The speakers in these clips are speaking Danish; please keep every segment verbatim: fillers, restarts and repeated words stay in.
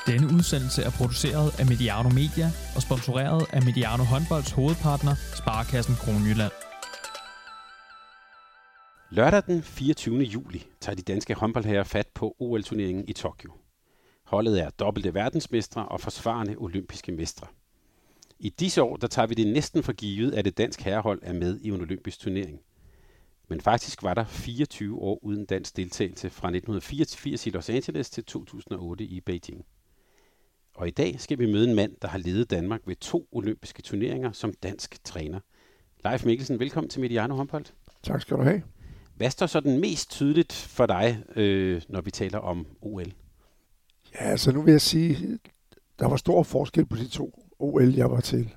Denne udsendelse er produceret af Mediano Media og sponsoreret af Mediano Håndbolds hovedpartner, Sparekassen Kronjylland. Lørdag den fireogtyvende juli tager de danske håndboldherrer fat på O L-turneringen i Tokyo. Holdet er dobbelte verdensmestre og forsvarende olympiske mestre. I disse år der tager vi det næsten for givet, at et dansk herrehold er med i en olympisk turnering. Men faktisk var der fireogtyve år uden dansk deltagelse fra nitten fireogfirs i Los Angeles til to tusind og otte i Beijing. Og i dag skal vi møde en mand, der har ledet Danmark ved to olympiske turneringer som dansk træner. Leif Mikkelsen, velkommen til Mediano Håndbold. Tak skal du have. Hvad står så den mest tydeligt for dig, øh, når vi taler om O L? Ja, altså nu vil jeg sige, der var stor forskel på de to O L, jeg var til.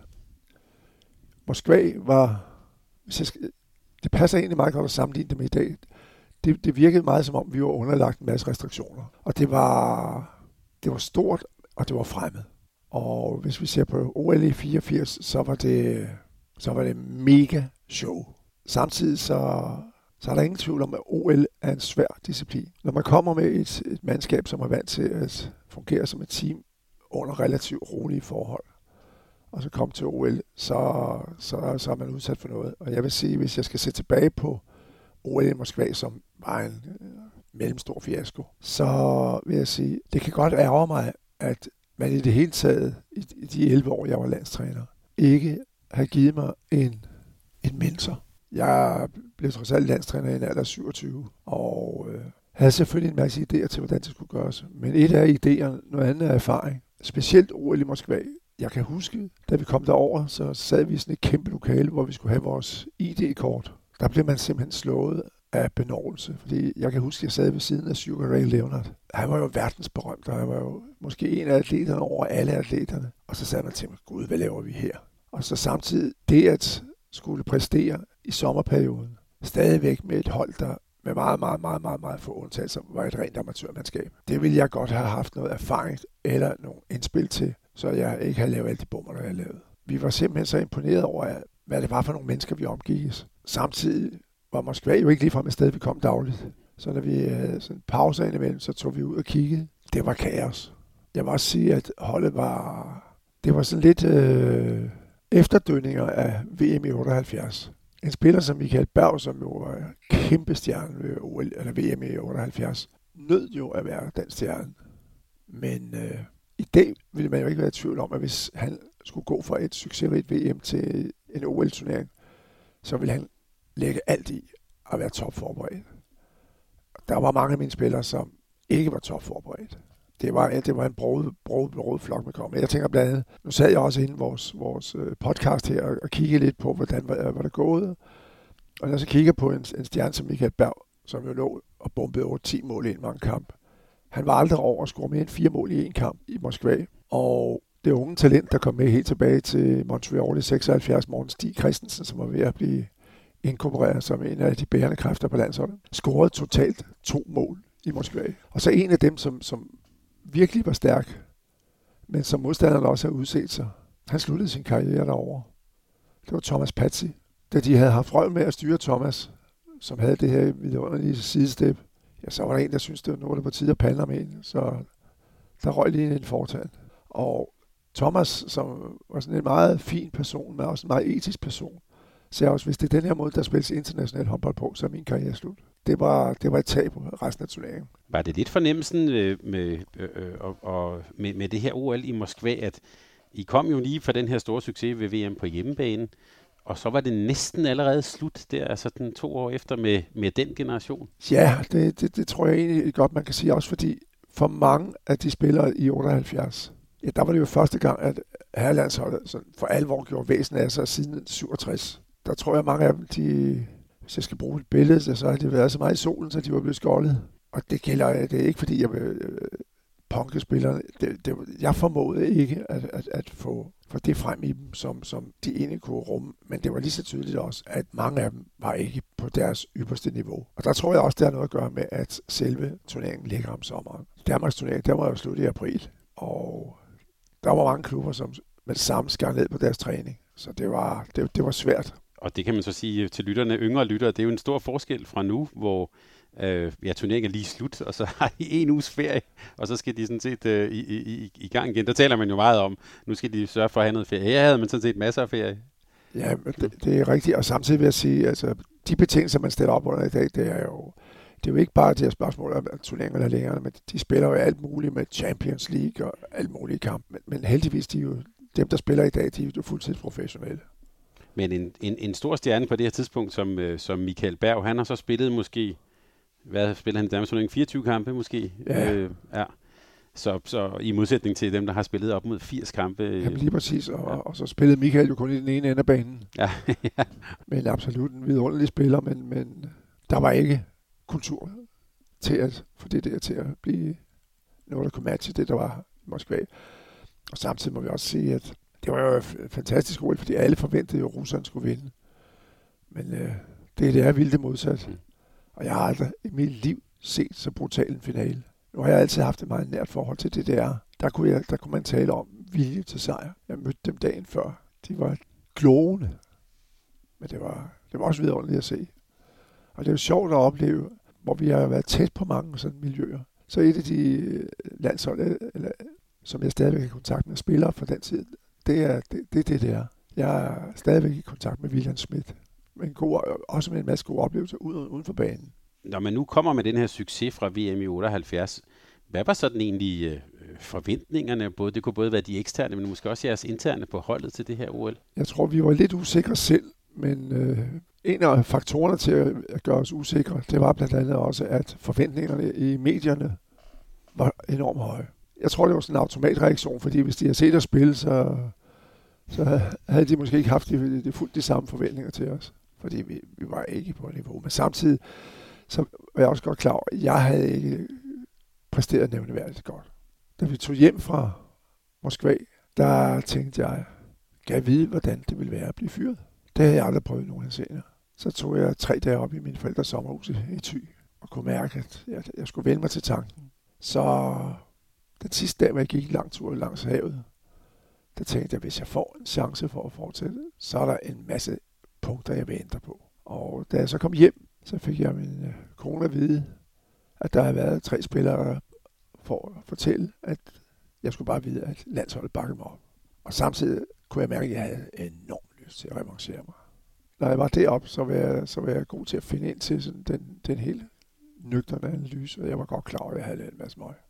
Moskva var, hvis jeg skal, det passer egentlig meget godt at sammenligne det med i dag. Det, det virkede meget som om, vi var underlagt en masse restriktioner. Og det var, det var stort, og det var fremmed. Og hvis vi ser på O L i fireogfirs, så var det, så var det mega show. Samtidig så, så er der ingen tvivl om, at O L er en svær disciplin. Når man kommer med et, et mandskab, som er vant til at fungere som et team under relativt rolige forhold, og så komme til O L, så, så, så er man udsat for noget. Og jeg vil sige, hvis jeg skal se tilbage på O L i Moskva, som var en øh, mellemstor fiasko, så vil jeg sige, det kan godt ærge mig, at man i det hele taget, i de elleve år, jeg var landstræner, ikke har givet mig en, en mentor. Jeg blev trods alt landstræner i en alder af syvogtyve, og øh, havde selvfølgelig en masse idéer til, hvordan det skulle gøres. Men et af idéerne, noget andet er erfaring. Specielt O L i Moskva. Jeg kan huske, da vi kom derover, så sad vi i sådan et kæmpe lokale, hvor vi skulle have vores I D-kort. Der blev man simpelthen slået af benovelse, fordi jeg kan huske, at jeg sad ved siden af Sugar Ray Leonard. Han var jo verdensberømt, og han var jo måske en af atleterne over alle atleterne. Og så sagde man til mig, gud, hvad laver vi her? Og så samtidig det at skulle præstere i sommerperioden, stadigvæk med et hold, der med meget, meget, meget, meget, meget få undtagelser var et rent amatørmandskab. Det ville jeg godt have haft noget erfaring eller nogle indspil til, så jeg ikke havde lavet alle de bomber, der jeg lavede. Vi var simpelthen så imponeret over, hvad det var for nogle mennesker, vi omgives. Samtidig var Moskva jo ikke ligefrem et sted, vi kom dagligt. Så når vi havde sådan en pause indimellem, så tog vi ud og kiggede. Det var kaos. Jeg må også sige, at holdet var... Det var sådan lidt øh, efterdønninger af V M i otteoghalvfjerds. En spiller som Michael Berg, som jo var kæmpe stjerne ved O L, eller V M i otteoghalvfjerds, nød jo at være den stjerne. Men øh, i dag ville man jo ikke være i tvivl om, at hvis han skulle gå fra et succesrigt V M til en O L-turnering, så ville han lægge alt i at være topforberedt. Der var mange af mine spillere, som ikke var topforberedt. Det var, det var en broget, broget, broget flok med kom. Jeg tænker blandt andet, nu sad jeg også inde i vores, vores podcast her og, og kiggede lidt på, hvordan var, var det gået. Og når jeg så kigger på en, en stjerne som Michael Berg, som jo lå og bombede over ti mål i en mange kamp. Han var aldrig over at score mere end fire mål i en kamp i Moskva. Og det unge talent, der kom med helt tilbage til Montreal i seksoghalvfjerds, Morten Stig Christensen, som var ved at blive inkorporeret som en af de bærende kræfter på landsholdet, scorede totalt to mål i Moskva. Og så en af dem, som, som virkelig var stærk, men som modstanderne også har udset sig. Han sluttede sin karriere derovre. Det var Thomas Patsy. Da de havde haft røv med at styre Thomas, som havde det her vidunderlige sidestep, ja, så var der en, der syntes, det var noget, der var tid at palle ham ind. Så der røg lige en fortand. Og Thomas, som var sådan en meget fin person, men også en meget etisk person, sagde også, hvis det er den her måde, der spilles international håndbold på, så er min karriere slut. Det var, det var et tab resten af turneringen. Var det lidt fornemmelsen øh, med, øh, og, og med, med det her O L i Moskva, at I kom jo lige fra den her store succes ved V M på hjemmebane, og så var det næsten allerede slut der, altså den to år efter med, med den generation? Ja, det, det, det tror jeg egentlig godt, man kan sige, også fordi for mange af de spillere i otteoghalvfjerds, ja, der var det jo første gang, at herrelandsholdet for alvor gjorde væsen af sig siden syvogtres. Der tror jeg, mange af dem, de, hvis jeg skal bruge et billede, så har de været så meget i solen, så de var blevet skoldet. Og det gælder, det er ikke fordi, jeg vil øh, punke spillerne. Det, det, jeg formåede ikke at, at, at få, få det frem i dem, som, som de egentlig kunne rumme. Men det var lige så tydeligt også, at mange af dem var ikke på deres ypperste niveau. Og der tror jeg også, det har noget at gøre med, at selve turneringen ligger om sommeren. Danmarks turnering, der var jo slut i april. Og der var mange klubber, som med det samme skar ned på deres træning. Så det var, det, det var svært. Og det kan man så sige til lytterne, yngre lyttere, det er jo en stor forskel fra nu, hvor Øh, ja, turneringen er lige slut, og så har de en uges ferie, og så skal de sådan set øh, i, i, i gang igen. Der taler man jo meget om, nu skal de sørge for at have noget ferie. Her havde man sådan set masser af ferie. Ja, det, det er rigtigt, og samtidig vil jeg sige, altså de betingelser, man stiller op under i dag, det er jo, det er jo ikke bare det her spørgsmål om turneringen er længere, men de spiller jo alt muligt med Champions League og alt muligt kamp, men, men heldigvis, de er jo, dem der spiller i dag, de er jo fuldtidsprofessionelle. Men en, en, en stor stjerne på det her tidspunkt, som, øh, som Michael Berg, han har så spillet måske, hvad spiller han i Danmarks turnering? fireogtyve kampe måske? Ja. Øh, ja. Så, så i modsætning til dem, der har spillet op mod firs kampe. Ja, lige præcis, og, ja. og så spillede Michael jo kun i den ene ende af banen. Ja. Men absolut en vidunderlig spiller, men, men der var ikke kultur til at få det der til at blive noget, der kunne matche det, der var i Moskva. Og samtidig må vi også sige, at det var jo fantastisk roligt, fordi alle forventede jo, at Rusland skulle vinde. Men øh, det, det er vildt det modsat. Mm. Og jeg har aldrig i mit liv set så brutal en finale. Nu har jeg altid haft et meget nært forhold til D D R. Der kunne, jeg, der kunne man tale om vilje til sejr. Jeg mødte dem dagen før. De var glående. Men det var, det var også vidunderligt at se. Og det er jo sjovt at opleve, hvor vi har været tæt på mange sådan miljøer. Så et af de landshold, eller, som jeg stadigvæk er i kontakt med spillere fra den tid, det er det, det, det der. Jeg er stadigvæk i kontakt med William Schmidt. Med en god, også med en masse gode oplevelser uden, uden for banen. Når man nu kommer med den her succes fra V M i otteoghalvfjerds, hvad var sådan egentlig øh, forventningerne? Både, det kunne både være de eksterne, men måske også jeres interne på holdet til det her O L? Jeg tror, vi var lidt usikre selv, men øh, en af faktorerne til at, at gøre os usikre, det var blandt andet også, at forventningerne i medierne var enormt høje. Jeg tror, det var sådan en automatreaktion, fordi hvis de havde set os spille, så, så havde de måske ikke haft de, de fuldt de samme forventninger til os. Fordi vi, vi var ikke på niveau. Men samtidig så var jeg også godt klar over, at jeg havde ikke præsteret nævneværdigt godt. Da vi tog hjem fra Moskva, der tænkte jeg, kan jeg vide, hvordan det ville være at blive fyret? Det havde jeg aldrig prøvet nogen senere. Så tog jeg tre dage op i min forældres sommerhus i Thy, og kunne mærke, at jeg, jeg skulle vende mig til tanken. Så den sidste dag, hvor jeg gik en lang tur langs havet, der tænkte jeg, hvis jeg får en chance for at fortsætte, så er der en masse punkter, jeg vil ændre på. Og da jeg så kom hjem, så fik jeg min øh, kone at vide, at der havde været tre spillere for at fortælle, at jeg skulle bare vide, at landsholdet bakkede mig op. Og samtidig kunne jeg mærke, at jeg havde enormt lyst til at revancere mig. Når jeg var deroppe, så var jeg, så var jeg god til at finde ind til sådan den, den hele nøgterne analyse, og jeg var godt klar over, at jeg havde lavet en masse møg.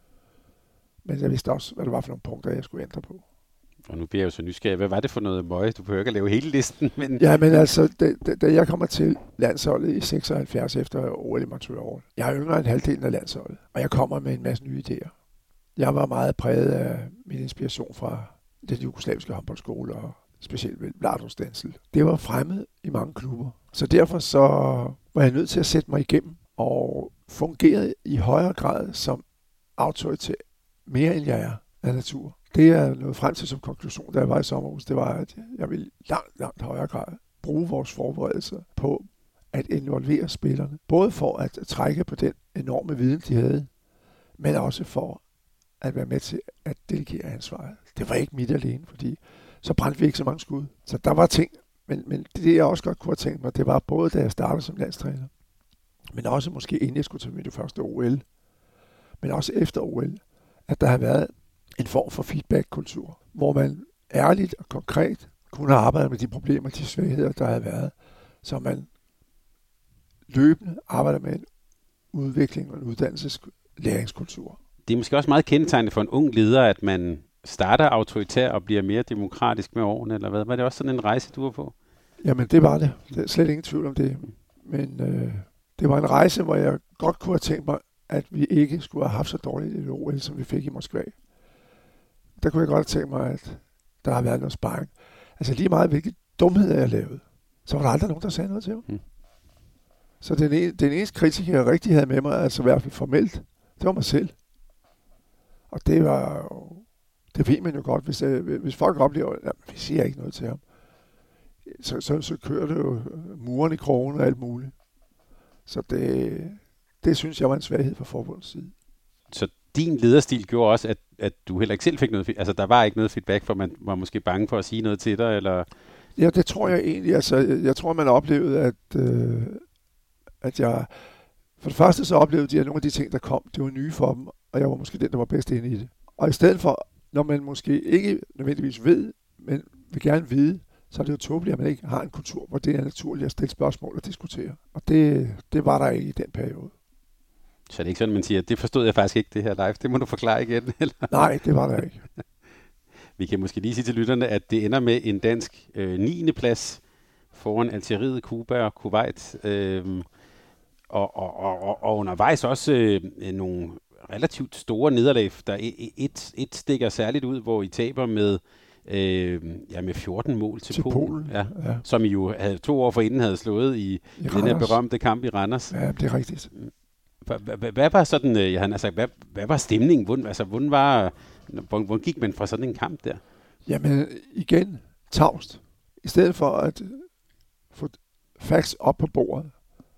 Men jeg vidste også, hvad det var for nogle punkter, jeg skulle ændre på. Og nu bliver jeg jo så nysgerrig. Hvad var det for noget møg? Du behøver ikke at lave hele listen. Men... Ja, men altså, da, da, da jeg kommer til landsholdet i seksoghalvfjerds efter O L i Montreal, jeg er yngre end halvdelen af landsholdet, og jeg kommer med en masse nye idéer. Jeg var meget præget af min inspiration fra den jugoslaviske håndboldskole, og specielt ved Vlado Stensel. Det var fremmed i mange klubber. Så derfor så var jeg nødt til at sætte mig igennem, og fungerede i højere grad som autoritet, mere end jeg er af natur. Det er noget frem til som konklusion, da jeg var i sommerhus, det var, at jeg ville langt, langt højere grad bruge vores forberedelser på at involvere spillerne. Både for at trække på den enorme viden, de havde, men også for at være med til at delegere ansvaret. Det var ikke mit alene, fordi så brændte vi ikke så mange skud. Så der var ting, men, men det jeg også godt kunne have tænkt mig, det var både da jeg startede som landstræner, men også måske inden jeg skulle til mit første O L, men også efter O L, at der har været en form for feedback-kultur, hvor man ærligt og konkret kunne arbejde med de problemer, de svagheder, der har været, så man løbende arbejder med en udvikling og en uddannelseslæringskultur. Det er måske også meget kendetegnende for en ung leder, at man starter autoritær og bliver mere demokratisk med årene, eller hvad? Var det også sådan en rejse, du var på? Jamen, det var det. Det er slet ingen tvivl om det. Men øh, det var en rejse, hvor jeg godt kunne have tænkt mig, at vi ikke skulle have haft så dårligt et O L, som vi fik i Moskva. Der kunne jeg godt tænke mig, at der har været noget sparring. Altså lige meget, hvilke dumheder jeg lavede, så var der aldrig nogen, der sagde noget til mig. Hmm. Så den, en, den eneste kritik, jeg rigtig havde med mig, altså i hvert fald formelt, det var mig selv. Og det var jo, det ved man jo godt, hvis, hvis folk oplever, at vi siger ikke noget til ham, så, så, så kører det jo muren i krogen og alt muligt. Så det, det synes jeg var en svaghed fra forbundets side. Så din lederstil gjorde også, at, at du heller ikke selv fik noget, altså der var ikke noget feedback, for man var måske bange for at sige noget til dig, eller? Ja, det tror jeg egentlig. Altså, jeg tror, man oplevede, at, øh, at jeg For det første så oplevede de, at nogle af de ting, der kom, det var nye for dem, og jeg var måske den, der var bedst inde i det. Og i stedet for, når man måske ikke nødvendigvis ved, men vil gerne vide, så er det jo tåbeligt, at man ikke har en kultur, hvor det er naturligt at stille spørgsmål og diskutere. Og det, det var der ikke i den periode. Så er det ikke sådan, man siger, det forstod jeg faktisk ikke, det her live. Det må du forklare igen, eller? Nej, det var der ikke. Vi kan måske lige sige til lytterne, at det ender med en dansk øh, niende plads foran Algeriet, Cuba og Kuwait. Øh, og, og, og, og undervejs også øh, nogle relativt store nederlag. Der er et, et, et stikker særligt ud, hvor I taber med, øh, ja, med fjorten mål til, til Polen, Polen ja, ja. Som I jo havde to år forinden havde slået i, I den her berømte kamp i Randers. Ja, det er rigtigt. Hvad var sådan, øh, han har sagt, hvad, hvad var stemningen? Hvordan, altså, hvordan var, hvordan, hvordan gik man fra sådan en kamp der? Jamen igen, tavst. I stedet for at få facts op på bordet,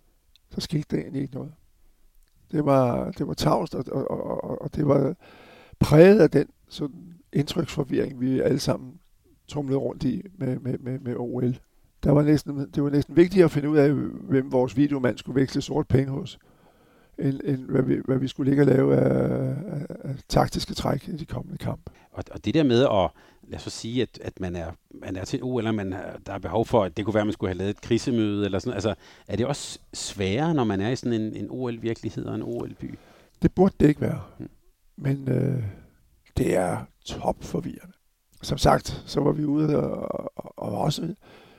så skete der egentlig ikke noget. Det var, det var tavst, og, og, og, og det var præget af den sådan indtryksforvirring, vi alle sammen tumlede rundt i med, med, med, med O L. Der var næsten, det var næsten vigtigt at finde ud af, hvem vores videomand skulle veksle sort penge hos, end, end hvad, vi, hvad vi skulle ligge og lave af, af, af taktiske træk i de kommende kampe. Og, og det der med at, lad os sige, at, at man, er, man er til O L, eller man har, der er behov for, at det kunne være, at man skulle have lavet et krisemøde, eller sådan, altså, er det også sværere, når man er i sådan en, en O L-virkelighed og en O L-by? Det burde det ikke være, hmm. men øh, det er topforvirrende. Som sagt, så var vi ude og, og, og også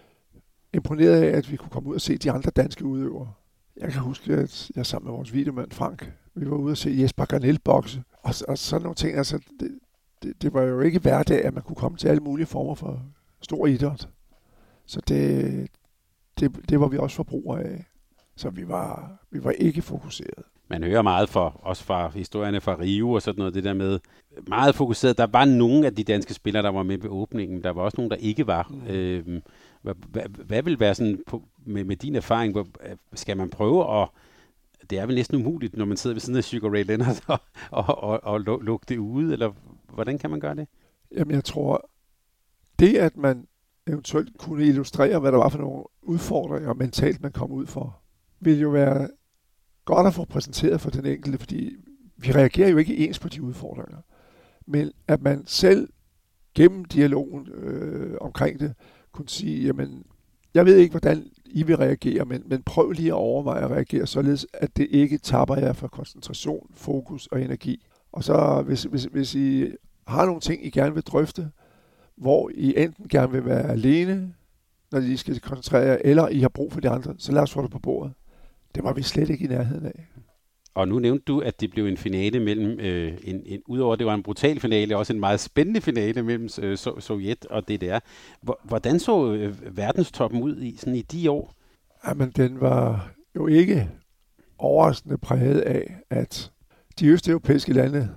imponeret af, at vi kunne komme ud og se de andre danske udøvere. Jeg kan huske, at jeg sammen med vores videomand Frank, vi var ude og se Jesper Garnell bokse, og, og sådan nogle ting. Altså, det, det, det var jo ikke hverdag, at man kunne komme til alle mulige former for stor idræt. Så det, det, det var vi også forbrugere af. Så vi var, vi var ikke fokuseret. Man hører meget for, også fra historierne fra Rio og sådan noget, det der med meget fokuseret. Der var nogle af de danske spillere, der var med ved åbningen. Der var også nogle, der ikke var. Mm. Øhm, hvad, hvad, hvad vil være sådan på, med, med din erfaring? Hvor, skal man prøve at... Det er vel næsten umuligt, når man sidder ved siden af Sugar Ray Leonard og, og, og, og lukke det ude, eller hvordan kan man gøre det? Jamen jeg tror, det at man eventuelt kunne illustrere, hvad der var for nogle udfordringer mentalt, man kom ud for, vil jo være godt at få præsenteret for den enkelte, fordi vi reagerer jo ikke ens på de udfordringer. Men at man selv gennem dialogen øh, omkring det, kunne sige, jamen, jeg ved ikke, hvordan I vil reagere, men, men prøv lige at overveje at reagere, således at det ikke tapper jer for koncentration, fokus og energi. Og så, hvis, hvis, hvis I har nogle ting, I gerne vil drøfte, hvor I enten gerne vil være alene, når I skal koncentrere jer, eller I har brug for de andre, så lad os få det på bordet. Det var vi slet ikke i nærheden af. Og nu nævnte du, at det blev en finale mellem, øh, en, en, udover det var en brutal finale, også en meget spændende finale mellem øh, so- Sovjet og D D R. Hvordan så øh, verdenstoppen ud i, sådan i de år? Jamen, den var jo ikke overraskende præget af, at de østeuropæiske lande,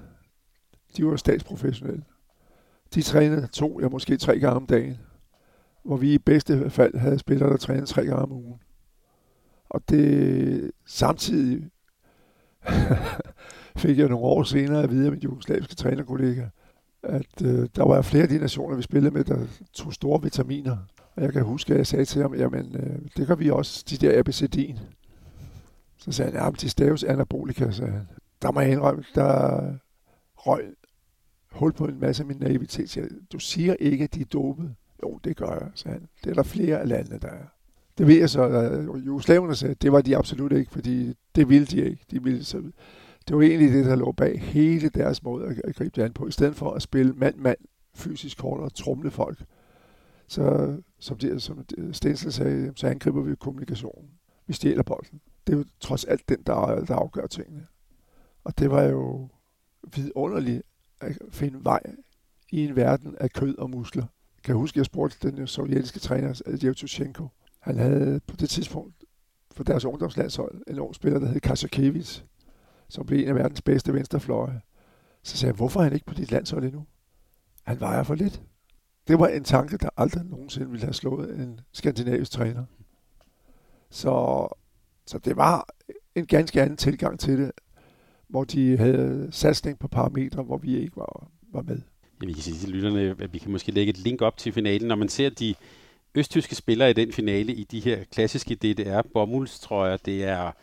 de var statsprofessionelle. De trænede to, ja måske tre gange om dagen, hvor vi i bedste fald havde spillere, der trænede tre gange om ugen. Og det samtidig fik jeg nogle år senere at vide af min jugoslaviske trænerkollega, at øh, der var flere af de nationer, vi spillede med, der tog store vitaminer. Og jeg kan huske, at jeg sagde til ham, jamen øh, det gør vi også, de der A B C D'en. Så sagde han, ja, de staves anabolika, sagde han. Der må jeg indrømme, der røg hul på en masse af min naivitet. Så jeg, du siger ikke, at de er dopet. Jo, det gør jeg, sagde han. Det er der flere af landene, der er. Det ved jeg så, at jugoslaverne sagde, det var de absolut ikke, fordi det ville de ikke. De ville så, det var egentlig det, der lå bag hele deres måde at, at gribe det an på. I stedet for at spille mand-mand, fysisk hårdt og tromle folk, så som, det, som Stensel sagde, så angriber vi kommunikationen. Vi stjæler bolden. Det er jo trods alt den, der, der afgør tingene. Og det var jo vidunderligt at finde vej i en verden af kød og muskler. Jeg kan huske, at jeg spurgte den sovjetiske træner, Yevtushenko. Han havde på det tidspunkt for deres ungdomslandshold en ung spiller, der hed Kasakevich, som blev en af verdens bedste venstrefløje. Så sagde jeg, hvorfor er han ikke på dit landshold endnu? Han vejer for lidt. Det var en tanke, der aldrig nogensinde ville have slået en skandinavisk træner. Så, så det var en ganske anden tilgang til det, hvor de havde satsning på parametre, hvor vi ikke var, var med. Ja, vi kan sige til lytterne, at vi kan måske lægge et link op til finalen. Når man ser de østtyske spillere i den finale i de her klassiske D D R-bomuldstrøjer, det er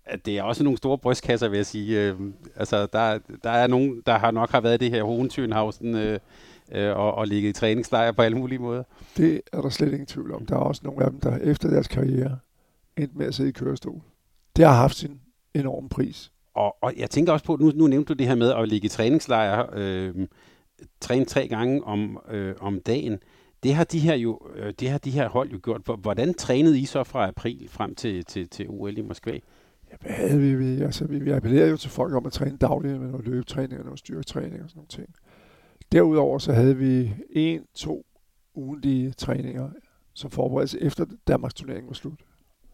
Det er også nogle store brystkasser, vil jeg sige. Øh, altså, der, der er nogen, der har nok har været i det her Hohenschönhausen øh, øh, og, og ligget i træningslejr på alle mulige måder. Det er der slet ingen tvivl om. Der er også nogle af dem, der efter deres karriere endte med at sidde i kørestol. Det har haft sin enorme pris. Og, og jeg tænker også på, nu, nu nævnte du det her med at ligge i træningslejr, øh, træne tre gange om, øh, om dagen. Det har de her jo, øh, det har de her hold jo gjort. Hvordan trænede I så fra april frem til, til, til O L i Moskva? Ja, hvad havde vi? Vi, altså, vi, vi appellerede jo til folk om at træne dagligt med noget løbetræning og noget styrketræning og sådan nogle ting. Derudover så havde vi en, to ugentlige træninger, som forberedelse efter Danmarks turnering var slut.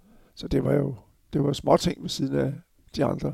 Så det var jo det var små ting ved siden af de andre.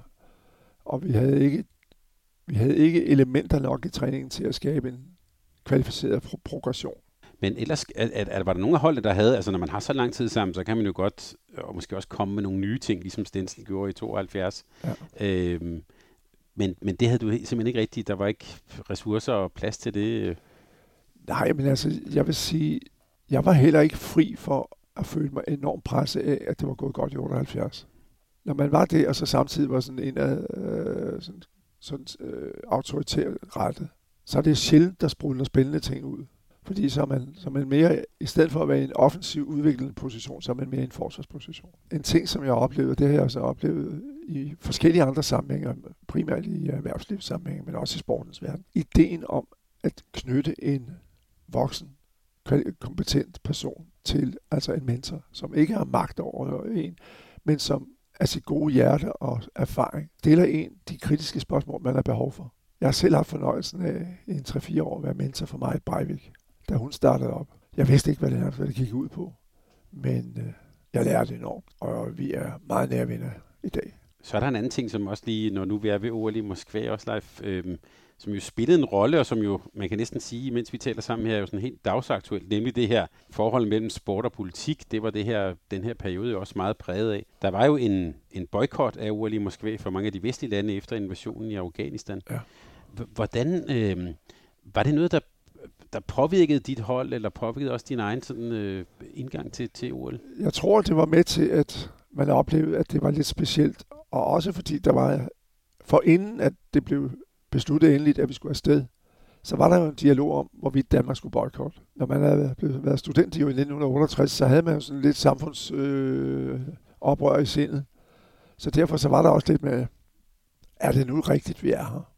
Og vi havde ikke, vi havde ikke elementer nok i træningen til at skabe en kvalificeret pro- progression. Men ellers, er, er, er, var der nogle af holdene, der havde, altså når man har så lang tid sammen, så kan man jo godt, og måske også komme med nogle nye ting, ligesom Stenzel gjorde i tooghalvfjerds. Ja. Øhm, men, men det havde du simpelthen ikke rigtigt, der var ikke ressourcer og plads til det. Nej, men altså, jeg vil sige, jeg var heller ikke fri for at føle mig enormt presset af, at det var gået godt i otteoghalvfjerds. Når man var det, og så samtidig var sådan en af øh, sådan, sådan, øh, autoritært rettet, så er det sjældent, der sprudler spændende ting ud. Fordi så er, man, så er man mere, i stedet for at være i en offensiv udviklende position, så er man mere i en forsvarsposition. En ting, som jeg oplevede, det har jeg så oplevet i forskellige andre sammenhænge, primært i erhvervslivssammenhænge, men også i sportens verden. Ideen om at knytte en voksen, kompetent person til, altså en mentor, som ikke har magt over en, men som af sit gode hjerte og erfaring stiller en de kritiske spørgsmål, man har behov for. Jeg har selv haft fornøjelsen af i en tre fire år at være mentor for Marit Breivik, da hun startede op. Jeg vidste ikke, hvad det, hvad det gik ud på, men øh, jeg lærte enormt, og vi er meget nærværende i dag. Så er der en anden ting, som også lige, når nu vi er ved O L i Moskva, også live, øh, som jo spillede en rolle, og som jo, man kan næsten sige, mens vi taler sammen her, er jo sådan helt dagsaktuelt, nemlig det her forhold mellem sport og politik. Det var det her, den her periode jo også meget præget af. Der var jo en, en boykot af O L i Moskva for mange af de vestlige lande efter invasionen i Afghanistan. Ja. Hvordan, øh, var det noget, der, der påvirkede dit hold, eller påvirkede også din egen sådan, øh, indgang til, til O L? Jeg tror, det var med til, at man oplevede, at det var lidt specielt, og også fordi der var, for inden at det blev besluttet endeligt, at vi skulle afsted, så var der jo en dialog om, hvorvidt Danmark skulle boykotte. Når man havde været student i nitten otteogtres, så havde man jo sådan lidt samfundsoprør øh, i sindet. Så derfor så var der også lidt med, er det nu rigtigt, vi er her?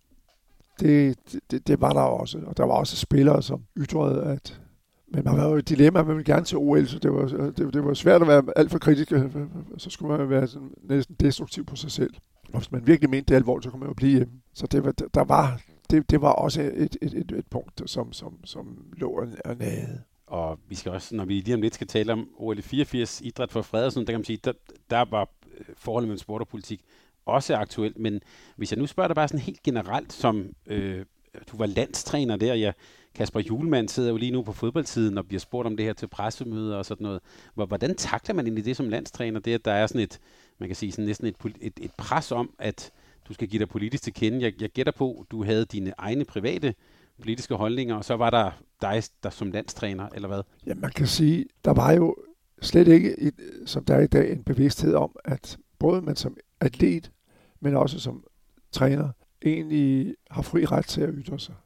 Det, det, det var der også, og der var også spillere, som ytrede, at men man var jo et dilemma, man ville gerne til O L, så det var, det, det var svært at være alt for kritisk, så skulle man være sådan næsten destruktiv på sig selv. Og hvis man virkelig mente det alvorligt, så kunne man jo blive hjemme. Så det var, der var, det, det var også et, et, et, et punkt, som, som, som lå og nagede. Og vi skal også, når vi lige om lidt skal tale om O L i fireogfirs, idræt for fred og sådan, der kan man sige, der, der var forholdet mellem sport og politik også aktuelt. Men hvis jeg nu spørger dig bare sådan helt generelt, som øh, du var landstræner der, ja, Kasper Hjulmand sidder jo lige nu på fodboldsiden og bliver spurgt om det her til pressemøder og sådan noget. Hvordan takler man egentlig det som landstræner? Det, at der er sådan et, man kan sige sådan næsten et, et, et pres om, at du skal give dig politisk til kende. Jeg, jeg gætter på, du havde dine egne private politiske holdninger, og så var der dig der som landstræner, eller hvad? Ja, man kan sige, der var jo slet ikke, et, som der er i dag, en bevidsthed om, at både man som atlet, men også som træner, egentlig har fri ret til at ytre sig.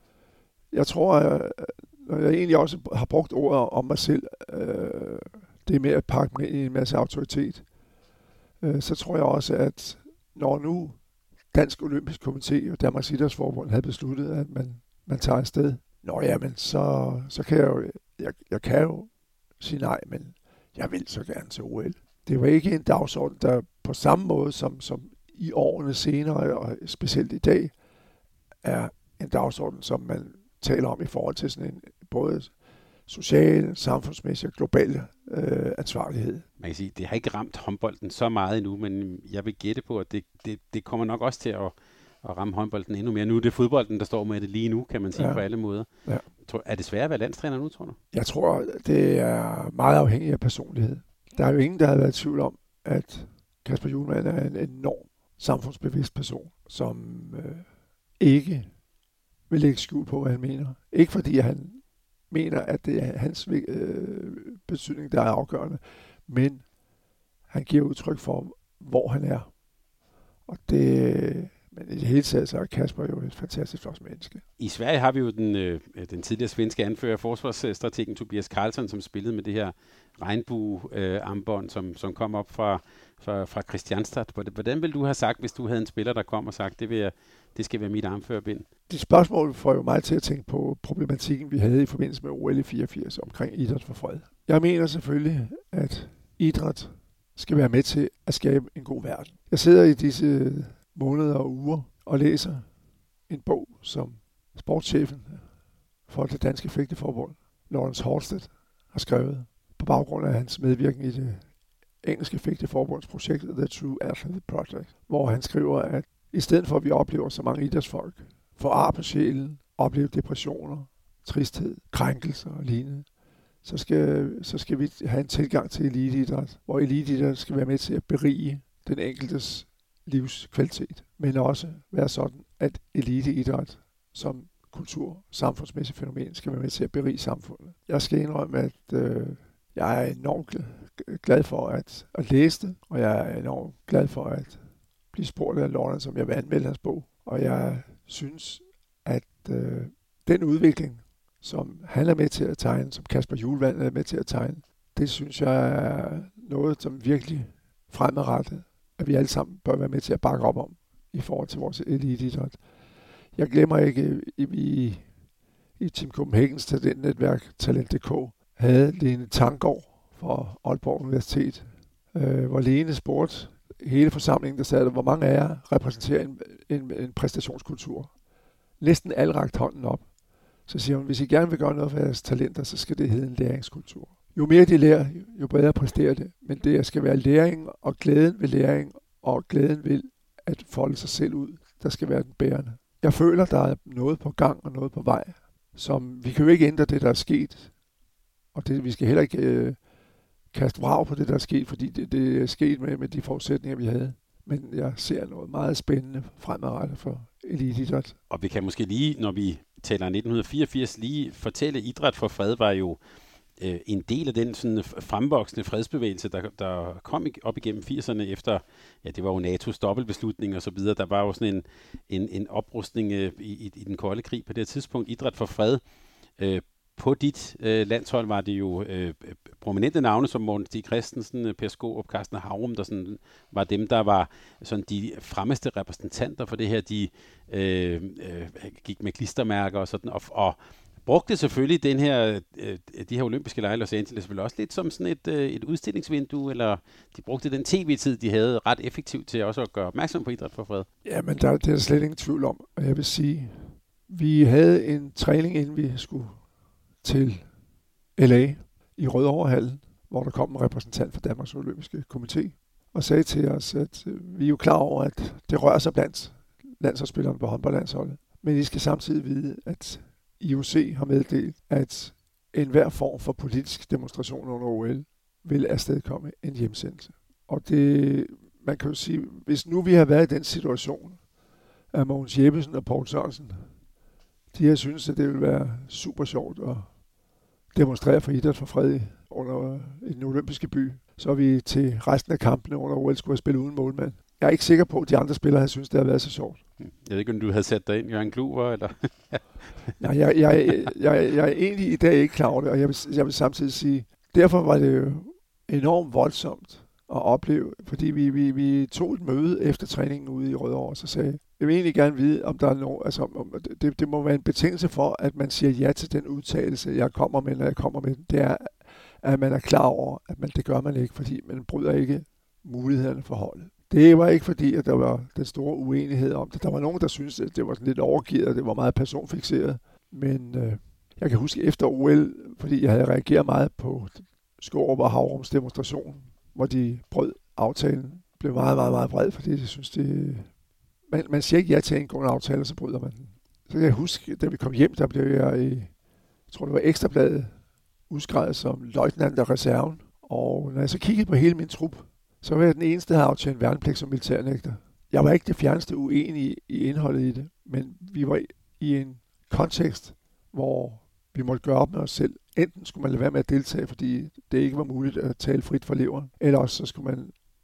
Jeg tror, at når jeg egentlig også har brugt ordet om mig selv, øh, det med at pakke mig ind i en masse autoritet, øh, så tror jeg også, at når nu Dansk Olympisk Komité og Danmarks Idrætsforbund havde besluttet, at man, man tager afsted, nå jamen, så, så kan jeg jo, jeg, jeg kan jo sige nej, men jeg vil så gerne til O L. Det var ikke en dagsorden, der på samme måde som, som i årene senere, og specielt i dag, er en dagsorden, som man taler om i forhold til sådan en både social, samfundsmæssig og global øh, ansvarlighed. Man kan sige, det har ikke ramt håndbolden så meget endnu, men jeg vil gætte på, at det, det, det kommer nok også til at, at ramme håndbolden endnu mere. Nu er det fodbolden, der står med det lige nu, kan man sige, ja. På alle måder. Ja. Er det svært at være landstræner nu, tror du? Jeg tror, det er meget afhængigt af personlighed. Der er jo ingen, der har været i tvivl om, at Kasper Hjulmand er en enorm samfundsbevidst person, som øh, ikke vil lægge skjul på, hvad han mener. Ikke fordi han mener, at det er hans øh, betydning, der er afgørende, men han giver udtryk for, hvor han er. Og det, men i det hele taget, så er Kasper jo et fantastisk flot menneske. I Sverige har vi jo den, øh, den tidligere svenske anfører, forsvarsstrategen Tobias Karlsson, som spillede med det her regnbue-armbånd, øh, som, som kom op fra, fra, fra Kristianstad. Hvordan ville du have sagt, hvis du havde en spiller, der kom og sagt, det, vil jeg, det skal være mit armførerbind? De spørgsmål får jo mig til at tænke på problematikken, vi havde i forbindelse med O L i fireogfirs omkring idræt for fred. Jeg mener selvfølgelig, at idræt skal være med til at skabe en god verden. Jeg sidder i disse måneder og uger og læser en bog, som sportschefen for det danske fægteforbund, Lawrence Horstedt, har skrevet på baggrund af hans medvirken i det engelske fægteforbunds projekt The True Athlete Project, hvor han skriver, at i stedet for at vi oplever så mange idrætsfolk får ar på sjælen, oplever depressioner, tristhed, krænkelser og lignende, så skal, så skal vi have en tilgang til eliteidræt, hvor eliteidræt skal være med til at berige den enkeltes livskvalitet, men også være sådan, at eliteidræt som kultur- samfundsmæssigt fænomen skal være med til at berige samfundet. Jeg skal indrømme, at øh, jeg er enormt glad for at, at læse det, og jeg er enormt glad for at blive spurgt af Lawrence, som jeg vil anmelde hans bog. Og jeg synes, at øh, den udvikling, som han er med til at tegne, som Kasper Hjulvand er med til at tegne, det synes jeg er noget, som virkelig fremadrettet, at vi alle sammen bør være med til at bakke op om i forhold til vores eliteidræt. Jeg glemmer ikke, at vi i, i Team Copenhagens talentnetværk, Talent punktum d k, havde Lene Tanggaard fra Aalborg Universitet, øh, hvor Lene spurgte hele forsamlingen, der sagde, hvor mange af jer repræsenterer en, en, en præstationskultur. Næsten alle rakte hånden op. Så siger hun, hvis I gerne vil gøre noget for jeres talenter, så skal det hedde en læringskultur. Jo mere de lærer, jo bedre præsterer det. Men det skal være læring og glæden ved læring, og glæden ved at folde sig selv ud, der skal være den bærende. Jeg føler, der er noget på gang og noget på vej, som vi kan jo ikke ændre det, der er sket. Og det, vi skal heller ikke øh, kaste vrag på det, der er sket, fordi det, det er sket med, med de forudsætninger, vi havde. Men jeg ser noget meget spændende fremadrettet for eliteidræt. Og vi kan måske lige, når vi taler nitten fireogfirs, lige fortælle, idræt for fred var jo øh, en del af den sådan fremvoksende fredsbevægelse, der, der kom op igennem firserne efter, ja, det var jo N A T O's dobbeltbeslutning og så videre. Der var jo sådan en, en, en oprustning øh, i, i den kolde krig på det tidspunkt. Idræt for fred. Øh, På dit øh, landshold var det jo øh, prominente navne som Morten Stig Christensen, Per Skaarup, Carsten Haurum, der sådan, var dem, der var sådan de fremmeste repræsentanter for det her. De øh, øh, gik med klistermærker og sådan, og, og brugte selvfølgelig den her, øh, de her olympiske lege i Los Angeles vel også lidt som sådan et, øh, et udstillingsvindue, eller de brugte den tv-tid, de havde ret effektivt til også at gøre opmærksom på idræt for fred. Ja, men der, det er der slet ingen tvivl om, og jeg vil sige, vi havde en træning, inden vi skulle til L A i Rødovrehallen, hvor der kom en repræsentant for Danmarks Olympiske Komité og sagde til os, at vi er jo klar over, at det rører sig blandt landsholdsspillerne på håndboldlandsholdet. Men I skal samtidig vide, at I O C har meddelt, at enhver form for politisk demonstration under O L vil afstedkomme en hjemsendelse. Og det, man kan jo sige, hvis nu vi har været i den situation, at Mogens Jeppesen og Poul Sørensen, de har syntes, at det ville være super sjovt at demonstrere for idræt for fred under i den olympiske by, så er vi til resten af kampene under O L skulle have spillet uden målmand. Jeg er ikke sikker på, at de andre spillere havde syntes, det havde været så sjovt. Jeg ved ikke, om du havde sat dig ind, Jørgen Kluver, eller? Nej, jeg, jeg, jeg, jeg er egentlig i dag ikke klar over det, og jeg vil, jeg vil samtidig sige, derfor var det jo enormt voldsomt at opleve, fordi vi, vi, vi tog et møde efter træningen ude i Rødovre, og så sagde, jeg vil egentlig gerne vide, om der er noget, altså om, det, det må være en betingelse for, at man siger ja til den udtalelse, jeg kommer med, når jeg kommer med den. Det er, at man er klar over, at man, det gør man ikke, fordi man bryder ikke mulighederne for holdet. Det var ikke fordi, at der var den store uenighed om det. Der var nogen, der syntes, at det var sådan lidt overgivet, og det var meget personfikseret. Men øh, jeg kan huske efter O L, fordi jeg havde reageret meget på Skaarup og Haurums demonstration, hvor de brød aftalen, blev meget, meget, meget bred, fordi jeg synes, det... Man, man siger ikke ja til en god aftale, så bryder man den. Så kan jeg huske, da vi kom hjem, der blev jeg i, jeg tror det var Ekstrabladet, udskrevet som løjtnant af reserven. Og når jeg så kiggede på hele min trup, så var jeg den eneste, der havde aftjent værnepligt som militærnægter. Jeg var ikke det fjerneste uenig i indholdet i det, men vi var i en kontekst, hvor vi måtte gøre op med os selv. Enten skulle man lade være med at deltage, fordi det ikke var muligt at tale frit fra leveren, eller også så skulle man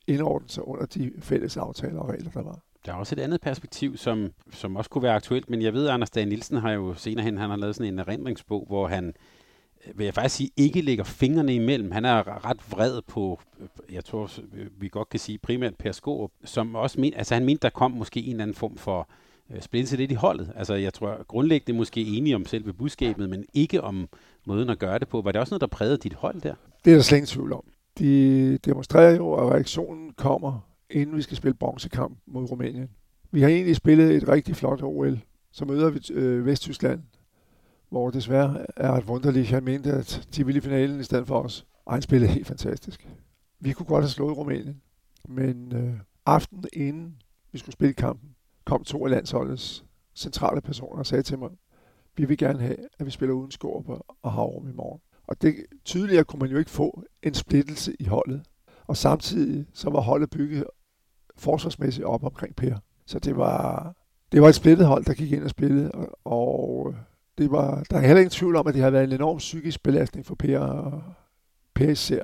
indordne sig under de fælles aftaler og regler, der var. Der er også et andet perspektiv, som, som også kunne være aktuelt, men jeg ved, at Anders Dage Nielsen har jo senere hen, han har lavet sådan en erindringsbog, hvor han, vil jeg faktisk sige, ikke lægger fingrene imellem. Han er ret vred på, jeg tror, vi godt kan sige primært Per Skaarup, som også men, altså han mente, der kom måske en eller anden form for uh, splittelse lidt i holdet. Altså jeg tror grundlæggende måske enige om selve budskabet, men ikke om måden at gøre det på. Var det også noget, der prægede dit hold der? Det er der slet ingen tvivl om. De demonstrerer jo, at reaktionen kommer, inden vi skal spille bronzekamp mod Rumænien. Vi har egentlig spillet et rigtig flot O L. Så møder vi øh, Vesttyskland, hvor desværre er et wunderligt. Han mente, at de ville i finalen i stedet for os. Og han spillede helt fantastisk. Vi kunne godt have slået Rumænien, men øh, aftenen inden vi skulle spille kampen, kom to af landsholdets centrale personer og sagde til mig, vi vil gerne have, at vi spiller uden Skaarup og Haurum i morgen. Og det tydeligere kunne man jo ikke få en splittelse i holdet. Og samtidig så var holdet bygget forsvarsmæssigt op omkring Per. Så det var, det var et splittet hold, der gik ind og spillede. Og, og det var, der er heller ingen tvivl om, at det har været en enorm psykisk belastning for Per, og Per især.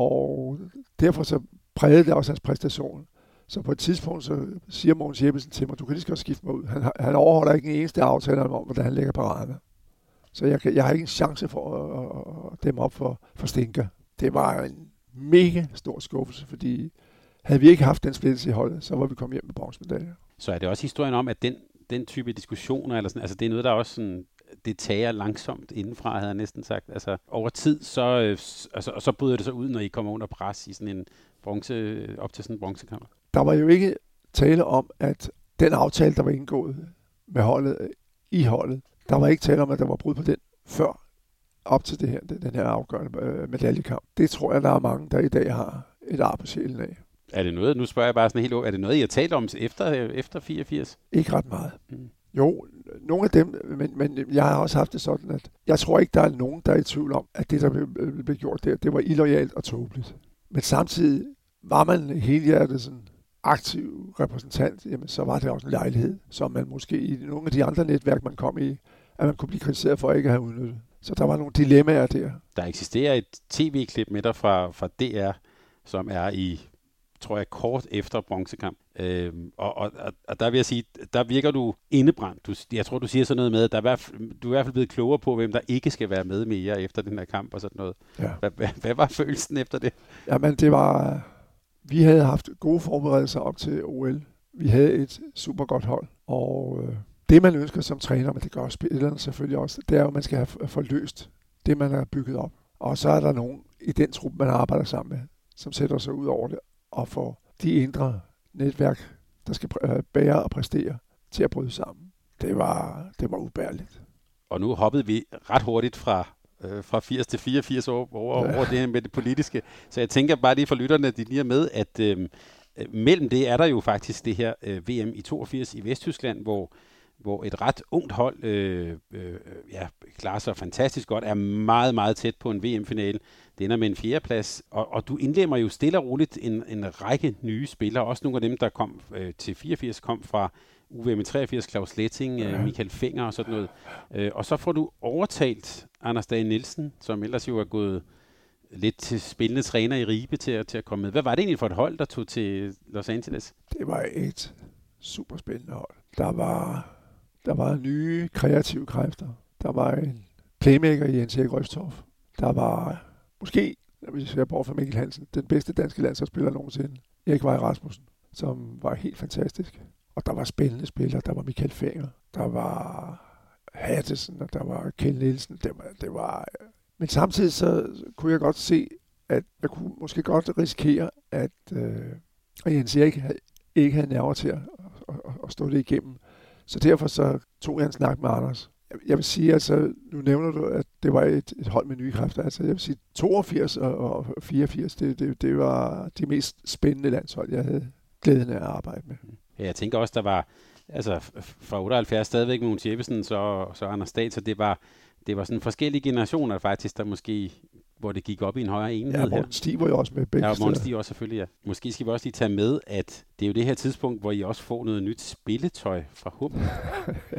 Og derfor så prægede det også hans præstation. Så på et tidspunkt så siger Mogens Jeppesen til mig, du kan lige så godt skifte mig ud. Han, han overholder ikke en eneste aftale om, hvordan han lægger paraderne. Så jeg, jeg har ikke en chance for at, at dæmme op for, for Stinker. Det var en mega stor skuffelse, fordi havde vi ikke haft den splittelse i holdet, så var vi kommet hjem med bronzemedaljer. Så er det også historien om, at den, den type diskussioner, eller sådan, altså det er noget, der også sådan, det tager langsomt indenfra, havde jeg næsten sagt. Altså over tid, så, altså, og så bryder det sig ud, når I kommer under pres i sådan en bronze, op til sådan en bronzekamp. Der var jo ikke tale om, at den aftale, der var indgået med holdet, i holdet, der var ikke tale om, at der var brud på den før op til det her, den her afgørende øh, medaljekamp. Det tror jeg, der er mange, der i dag har et ar på sjælen af. Er det noget, nu spørger jeg bare sådan helt over, er det noget, I har talt om efter, efter fireogfirs? Ikke ret meget. Mm. Jo, nogle af dem, men, men jeg har også haft det sådan, at jeg tror ikke, der er nogen, der er i tvivl om, at det, der blev, blev gjort der, det var illoyalt og tåbeligt. Men samtidig var man helhjertet sådan aktiv repræsentant, jamen så var det også en lejlighed, som man måske i nogle af de andre netværk, man kom i, at man kunne blive kritiseret for ikke at have udnyttet. Så der var nogle dilemmaer der. Der eksisterer et tv-klip med dig fra, fra D R, som er i, tror jeg, kort efter bronzekamp. Øhm, og, og, og der vil jeg sige, der virker du indebrændt. Du, jeg tror, du siger sådan noget med, at der er hvert, du er i hvert fald blevet klogere på, hvem der ikke skal være med mere efter den her kamp og sådan noget. Ja. Hvad, hvad, hvad var følelsen efter det? Jamen, det var... Vi havde haft gode forberedelser op til O L. Vi havde et super godt hold, og øh, det man ønsker som træner, men det gør spillerne selvfølgelig også, det er jo, at man skal have forløst det, man har bygget op. Og så er der nogen i den truppe, man arbejder sammen med, som sætter sig ud over det og får de indre netværk, der skal bære og præstere, til at bryde sammen. Det var, det var ubærligt. Og nu hoppede vi ret hurtigt fra fra firs til fireogfirs år over, ja. over det her med det politiske. Så jeg tænker bare lige for lytterne, at de lige er med, at øh, mellem det er der jo faktisk det her øh, V M i toogfirs i Vesttyskland, hvor, hvor et ret ungt hold øh, øh, ja, klarer sig fantastisk godt, er meget, meget tæt på en V M-finale. Det ender med en fjerdeplads, og, og du indlemmer jo stille og roligt en, en række nye spillere, også nogle af dem, der kom øh, til fireogfirs, kom fra U V M i treogfirs, Claus Letting, ja. Michael Fenger og sådan noget. Øh, og så får du overtalt Anders Dage Nielsen, som ellers jo er gået lidt til spillende træner i Ribe til at, til at komme med. Hvad var det egentlig for et hold, der tog til Los Angeles? Det var et super spændende hold. Der var, der var nye kreative kræfter. Der var en playmaker i Jens Erik Røstorff. Der var måske, hvis jeg bort fra Mikkel Hansen, den bedste danske landsholdsspiller nogensinde, Erik Vej Rasmussen, som var helt fantastisk. Og der var spændende spillere. Der var Michael Fenger. Der var Hattesen, og der var Kjeld Nielsen. Det var, det var, men samtidig så kunne jeg godt se, at jeg kunne måske godt risikere, at øh, Jens Erik havde, ikke havde nerver til at, at, at, at stå det igennem. Så derfor så tog jeg en snak med Anders. Jeg, jeg vil sige, altså, nu nævner du, at det var et, et hold med nye kræfter. Altså, jeg vil sige, toogfirs og, og fireogfirs, det, det, det var de mest spændende landshold, jeg havde glæden af at arbejde med. Ja, jeg tænker også, der var, altså fra otteoghalvfjerds stadigvæk Mogens Jeppesen, så, så Anders Dage, så det var, det var sådan forskellige generationer faktisk, der måske, hvor det gik op i en højere enhed her. Ja, Morten Stig var jo også med begge Ja, Morten Stig også selvfølgelig, ja. Måske skal vi også lige tage med, at det er jo det her tidspunkt, hvor I også får noget nyt spilletøj fra H U M.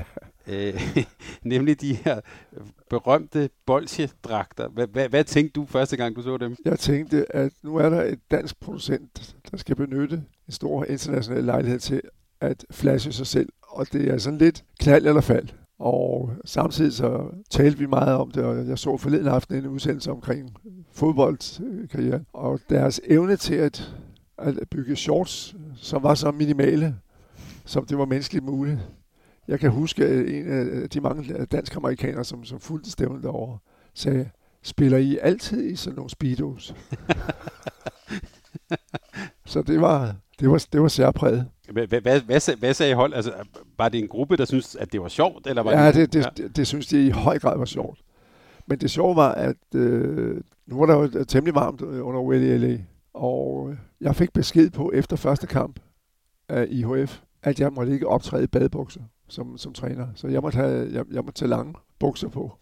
Øh, nemlig de her berømte bolsjedragter. Hvad, hvad, hvad tænkte du første gang, du så dem? Jeg tænkte, at nu er der et dansk producent, der skal benytte en stor international lejlighed til at flashe sig selv. Og det er sådan lidt knald eller fald. Og samtidig så talte vi meget om det, og jeg så forleden aften en udsendelse omkring fodboldkarrieren. Og deres evne til at, at bygge shorts, som var så minimale, som det var menneskeligt muligt. Jeg kan huske en af de mange danske amerikanere, som, som fulgte stævnet derovre, sagde, spiller I altid i sådan nogle speedos? Så det var, det var, det var særpræget. Hvad, hvad, hvad, hvad sagde I hold? Altså, var det en gruppe, der syntes, at det var sjovt? Eller var ja, det, det, det, ja. det, det synes de i høj grad var sjovt. Men det sjove var, at øh, nu var der jo temmelig varmt under O L i L A, og jeg fik besked på efter første kamp af I H F, at jeg måtte ikke optræde i badebukser som, som træner. Så jeg måtte, have, jeg, jeg måtte tage lange bukser på.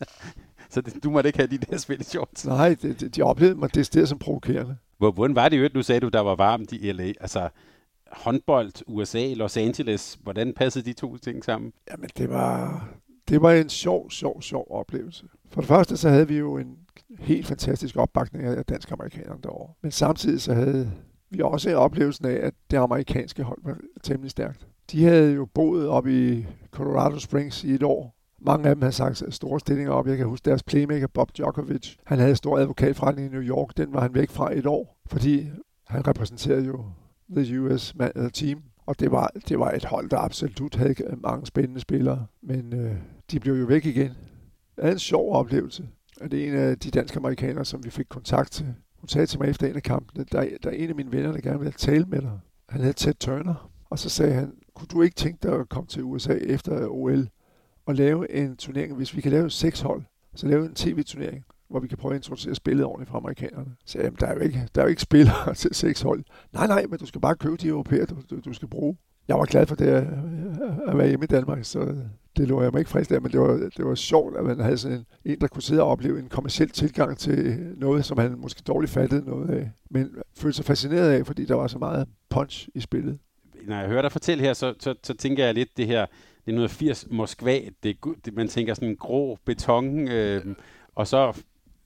Så det, du måtte ikke have de der spilleshorts? Nej, det, det, de oplevede mig det som provokerende. Hvordan var det jo, nu sagde du, der var varmt i L A? Altså, håndbold, U S A, Los Angeles, hvordan passede de to ting sammen? Jamen, det var, det var en sjov, sjov, sjov oplevelse. For det første, så havde vi jo en helt fantastisk opbakning af dansk-amerikanerne derovre. Men samtidig så havde vi også oplevelsen af, at det amerikanske hold var temmelig stærkt. De havde jo boet op i Colorado Springs i et år. Mange af dem havde sagt store stillinger op. Jeg kan huske deres playmaker, Bob Djokovic. Han havde stor advokatforretning i New York. Den var han væk fra et år, fordi han repræsenterede jo the U S team. Og det var, det var et hold, der absolut havde mange spændende spillere. Men øh, de blev jo væk igen. Det er en sjov oplevelse. Og det er en af de danske amerikanere, som vi fik kontakt til. Hun sagde til mig efter en af kampene, der, der er en af mine venner, der gerne vil tale med dig. Han hed Ted Turner. Og så sagde han, kunne du ikke tænke dig at komme til U S A efter O L og lave en turnering, hvis vi kan lave seks hold, så lave en tv-turnering, hvor vi kan prøve at introducere spillet ordentligt fra amerikanerne. Så jamen, der er jo ikke, der er jo ikke spillere til seks hold. Nej, nej, men du skal bare købe de europæer, du, du, du skal bruge. Jeg var glad for det at, at være hjemme i Danmark, så det lå jeg mig ikke frisk af, men det var, det var sjovt, at man havde sådan en, en, der kunne sidde og opleve en kommerciel tilgang til noget, som han måske dårligt fattede noget af, men følte sig fascineret af, fordi der var så meget punch i spillet. Når jeg hører dig fortælle her, så, så, så tænker jeg lidt det her nitten firs Moskva, det, det, man tænker sådan en grå beton, øh, og så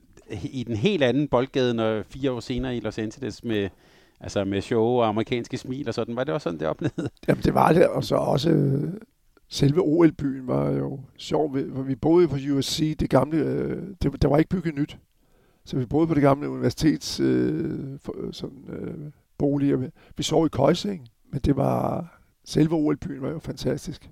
i den helt anden boldgade, når fire år senere i Los Angeles med, altså med show og amerikanske smil og sådan. Var det også sådan, det oplevede? Jamen det var det, og så også øh, selve O L-byen var jo sjov. Vi, vi boede på U S C, det gamle, øh, det, der var ikke bygget nyt. Så vi boede på det gamle universitets øh, for, sådan, øh, boliger. Vi sov i køjeseng, men det var, selve O L-byen var jo fantastisk.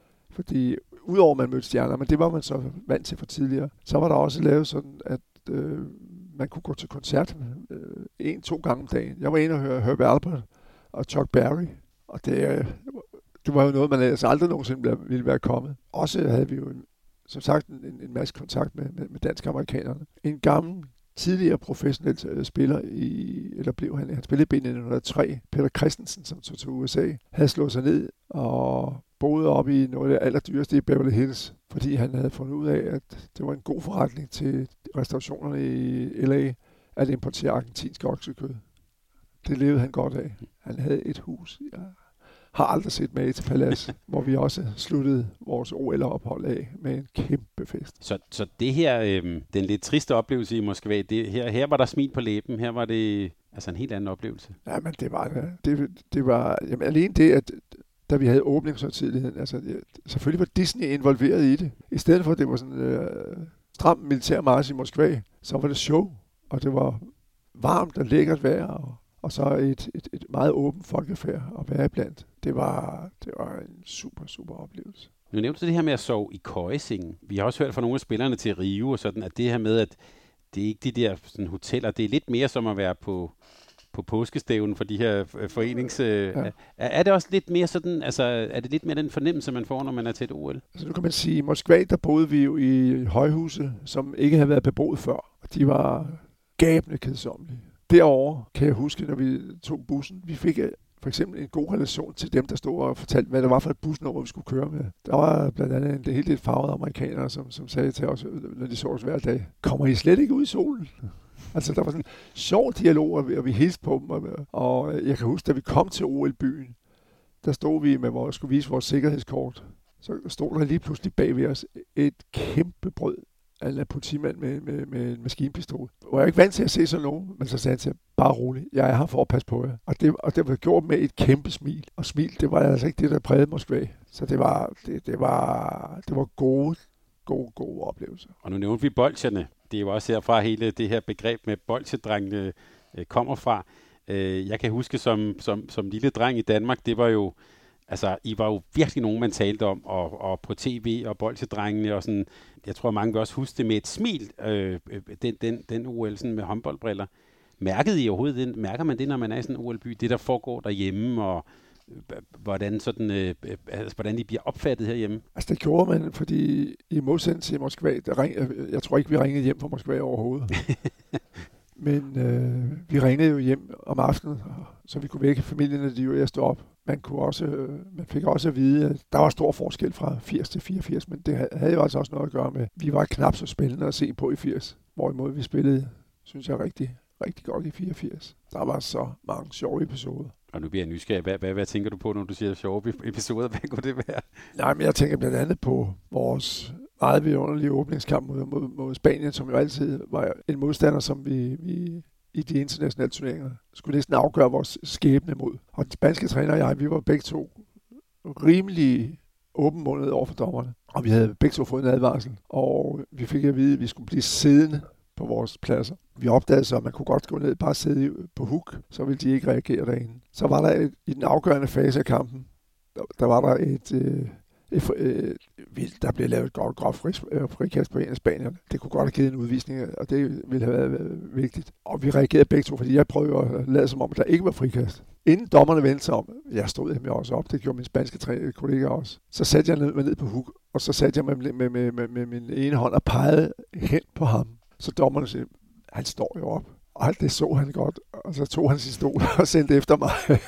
Fordi udover man mødte stjerner, men det var man så vant til for tidligere, så var der også lavet sådan, at øh, man kunne gå til koncert øh, en, to gange om dagen. Jeg var inde og høre Herb Alpert og Chuck Berry, og det, øh, det var jo noget, man altså aldrig nogensinde ville være kommet. Også havde vi jo, en, som sagt, en, en masse kontakt med, med, med dansk-amerikanerne. En gammel, tidligere professionel spiller, i, eller blev han, han spillede i nitten hundrede og tre, Peter Christensen, som tog til U S A, havde slået sig ned og boede op i noget af det allerdyreste i Beverly Hills, fordi han havde fundet ud af, at det var en god forretning til restaurationerne i L A at importere argentinsk oksekød. Det levede han godt af. Han havde et hus. Jeg har aldrig set med til Palads, hvor vi også sluttede vores O L-ophold af med en kæmpe fest. Så, så det her, øh, den lidt triste oplevelse i Moskva, det, her, her var der smil på læben, her var det altså en helt anden oplevelse. Ja, men det var det. Det, det var, jamen alene det, at da vi havde åbningshøjtideligheden, altså selvfølgelig var Disney involveret i det. I stedet for, at det var sådan øh, stram militær march i Moskva, så var det show, og det var varmt og lækkert vejr, og, og så et, et, et meget åbent folkefærd at være iblandt. Det var, det var en super, super oplevelse. Nu nævnte du det her med at sove i køjesengen. Vi har også hørt fra nogle af spillerne til Rio, og sådan, at det her med, at det er ikke de der sådan, hoteller, det er lidt mere som at være på på påskestævnen for de her forenings... Ja. Er, er det også lidt mere sådan, altså er det lidt mere den fornemmelse, man får, når man er til et O L? Altså nu kan man sige, i Moskva, der boede vi jo i højhuse, som ikke havde været beboet før. De var gabende kedsommelige. Derovre kan jeg huske, når vi tog bussen, vi fik for eksempel en god relation til dem, der stod og fortalte, hvad det var for et busnummer, vi skulle køre med. Der var blandt andet en helt lidt farvede amerikanere, som, som sagde til os, når de så os hver dag, kommer I slet ikke ud i solen? Altså, der var sådan en sjov dialog, og vi, og vi hilste på dem. Og, og jeg kan huske, da vi kom til O L-byen, der stod vi med vores, skulle vise vores sikkerhedskort. så stod der lige pludselig bag ved os et kæmpe brød af en politimand med, med, med en maskinpistol. Og jeg er ikke vant til at se sådan nogen, men så sagde han til ham, bare rolig, jeg er her for at passe på jer. Og det, og det var gjort med et kæmpe smil. Og smil, det var altså ikke det, der prægede Moskva. Så det var, det, det var, det var gode, gode, gode oplevelser. Og nu nævnte vi bolsjerne. Det er jo også herfra hele det her begreb med bolsjedrengene øh, kommer fra. Øh, jeg kan huske som, som, som lille dreng i Danmark, det var jo, altså I var jo virkelig nogen, man talte om, og, og på tv og bolsjedrengene og sådan. Jeg tror, mange vil også huske det med et smil, øh, den, den, den O L sådan med håndboldbriller. Mærkede I overhovedet det? Mærker man det, når man er i sådan en O L-by? Det, der foregår derhjemme, og hvordan, sådan, øh, altså, hvordan I bliver opfattet herhjemme? Altså det gjorde man, fordi i modsætning til Moskva, der ring, jeg tror ikke, vi ringede hjem fra Moskva overhovedet. Men øh, vi ringede jo hjem om aftenen, så vi kunne vække familien, når de jo er stå op. Man, kunne også, øh, man fik også at vide, at der var stor forskel fra firs til fireogfirs, men det havde jo altså også noget at gøre med, vi var knap så spændende at se på i firs, hvorimod vi spillede, synes jeg, rigtig, rigtig godt i fireogfirs. Der var så mange sjove episoder. Og nu bliver jeg nysgerrig. Hvad, hvad, hvad tænker du på, når du siger sjove episoder? Hvad kunne det være? Nej, men jeg tænker blandt andet på vores meget vidunderlige åbningskamp mod, mod, mod Spanien, som jo altid var en modstander, som vi, vi i de internationale turneringer skulle næsten afgøre vores skæbne mod. Og den spanske træner og jeg, vi var begge to rimelig åbenmundede over for dommerne. Og vi havde begge to fået en advarsel, og vi fik at vide, at vi skulle blive siddende på vores pladser. Vi opdagede så, at man kunne godt gå ned og bare sidde på hook, så ville de ikke reagere derinde. Så var der et, i den afgørende fase af kampen, der, der var der et, øh, et, et, et der blev lavet et godt, godt frikast på en af spanierne. Det kunne godt have givet en udvisning, og det ville have været vigtigt. Og vi reagerede begge to, fordi jeg prøvede at lade som om, at der ikke var frikast. Inden dommerne vendte sig om, jeg stod hjemme også op, det gjorde min spanske træ- kollega også, så satte jeg ned, ned på hook, og så satte jeg mig med, med, med, med, med min ene hånd og pegede hen på ham. Så dommerne siger, han står jo op. Og det så han godt. Og så tog han sin stol og sendte efter mig.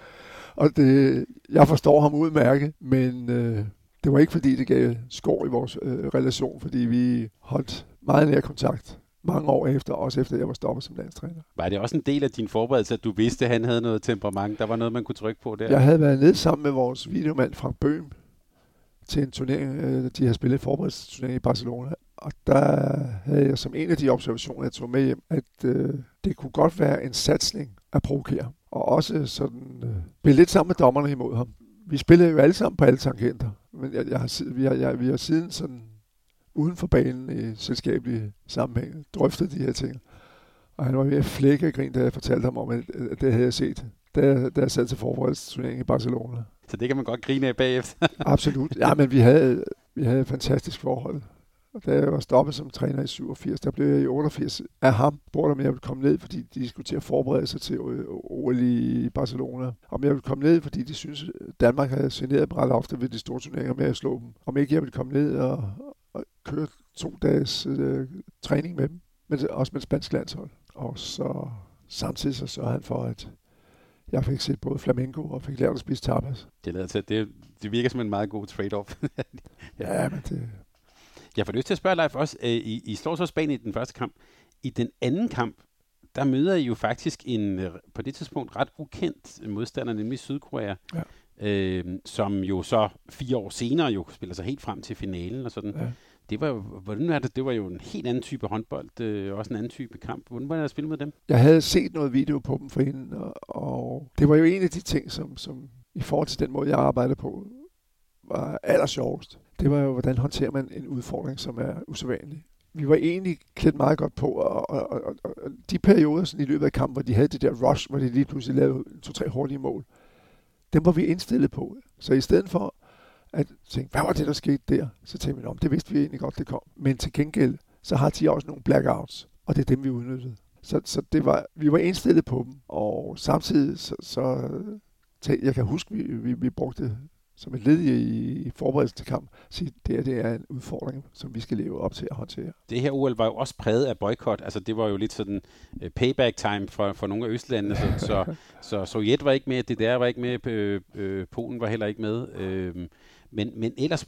Og det, jeg forstår ham udmærket, men øh, det var ikke fordi, det gav skår i vores øh, relation, fordi vi holdt meget nær kontakt mange år efter, også efter jeg var stoppet som landstræner. Var det også en del af din forberedelse, at du vidste, at han havde noget temperament? Der var noget, man kunne trykke på der? Jeg havde været nede sammen med vores videomand Frank Bøhm til en turnering. Øh, de havde spillet en forberedelsesturnering i Barcelona. Og der havde jeg som en af de observationer, jeg tog med hjem, at øh, det kunne godt være en satsning at provokere. Og også sådan øh, spille lidt sammen med dommerne imod ham. Vi spillede jo alle sammen på alle tangenter, men jeg, jeg har, vi, har, jeg, vi har siden sådan uden for banen i selskabelige sammenhæng drøftet de her ting. Og han var ved at flække og grine, da jeg fortalte ham om, at, at det havde jeg set, da, da jeg sad til forberedelsesturnering i Barcelona. Så det kan man godt grine af bagefter? Absolut. Ja, men vi havde, vi havde et fantastisk forhold. Og da jeg var stoppet som træner i syvogfirs, der blev jeg i otteogfirs af ham, spurgte om jeg ville komme ned, fordi de skulle til at forberede sig til O L i Barcelona. Om jeg ville komme ned, fordi de synes Danmark havde generet dem ret ofte ved de store turneringer med at slå dem. Om ikke jeg ville komme ned og, og køre to dages øh, træning med dem, men også med et spansk landshold. Og så samtidig så sørgede han for, at jeg fik set både flamenco og fik lært at spise tapas. Det, lader til, det, det virker som en meget god trade-off. ja, men det... Jeg får lyst til at spørge Leif også. I, I slår så Spanien i den første kamp. I den anden kamp, der møder I jo faktisk en på det tidspunkt ret ukendt modstander, nemlig Sydkorea, ja. øh, som jo så fire år senere jo spiller sig helt frem til finalen og sådan. Ja. Det var jo, hvordan er det? Det var jo en helt anden type håndbold, øh, også en anden type kamp. Hvordan var det at spille med dem? Jeg havde set noget video på dem forinden, og, og det var jo en af de ting, som, som i forhold til den måde, jeg arbejdede på, var allersjovest. Det var jo, hvordan håndterer man en udfordring, som er usædvanlig. Vi var egentlig klædt meget godt på, og, og, og, og, og de perioder sådan i løbet af kampen, hvor de havde det der rush, hvor de lige pludselig lavede to-tre hurtige mål, dem var vi indstillet på. Så i stedet for at tænke, hvad var det, der skete der? Så tænkte vi, om det vidste vi egentlig godt, det kom. Men til gengæld, så har de også nogle blackouts, og det er dem, vi udnyttede. Så, så det var, vi var indstillet på dem, og samtidig, så, så jeg kan huske, vi, vi, vi brugte som et led i forberedelse til kamp, sige, det, det er en udfordring, som vi skal leve op til at håndtere. Det her O L var jo også præget af boykot. Altså det var jo lidt sådan uh, payback time for, for nogle af østlandene. Så, så, så Sovjet var ikke med, D D R var ikke med, øh, øh, Polen var heller ikke med. Øh, men, men ellers,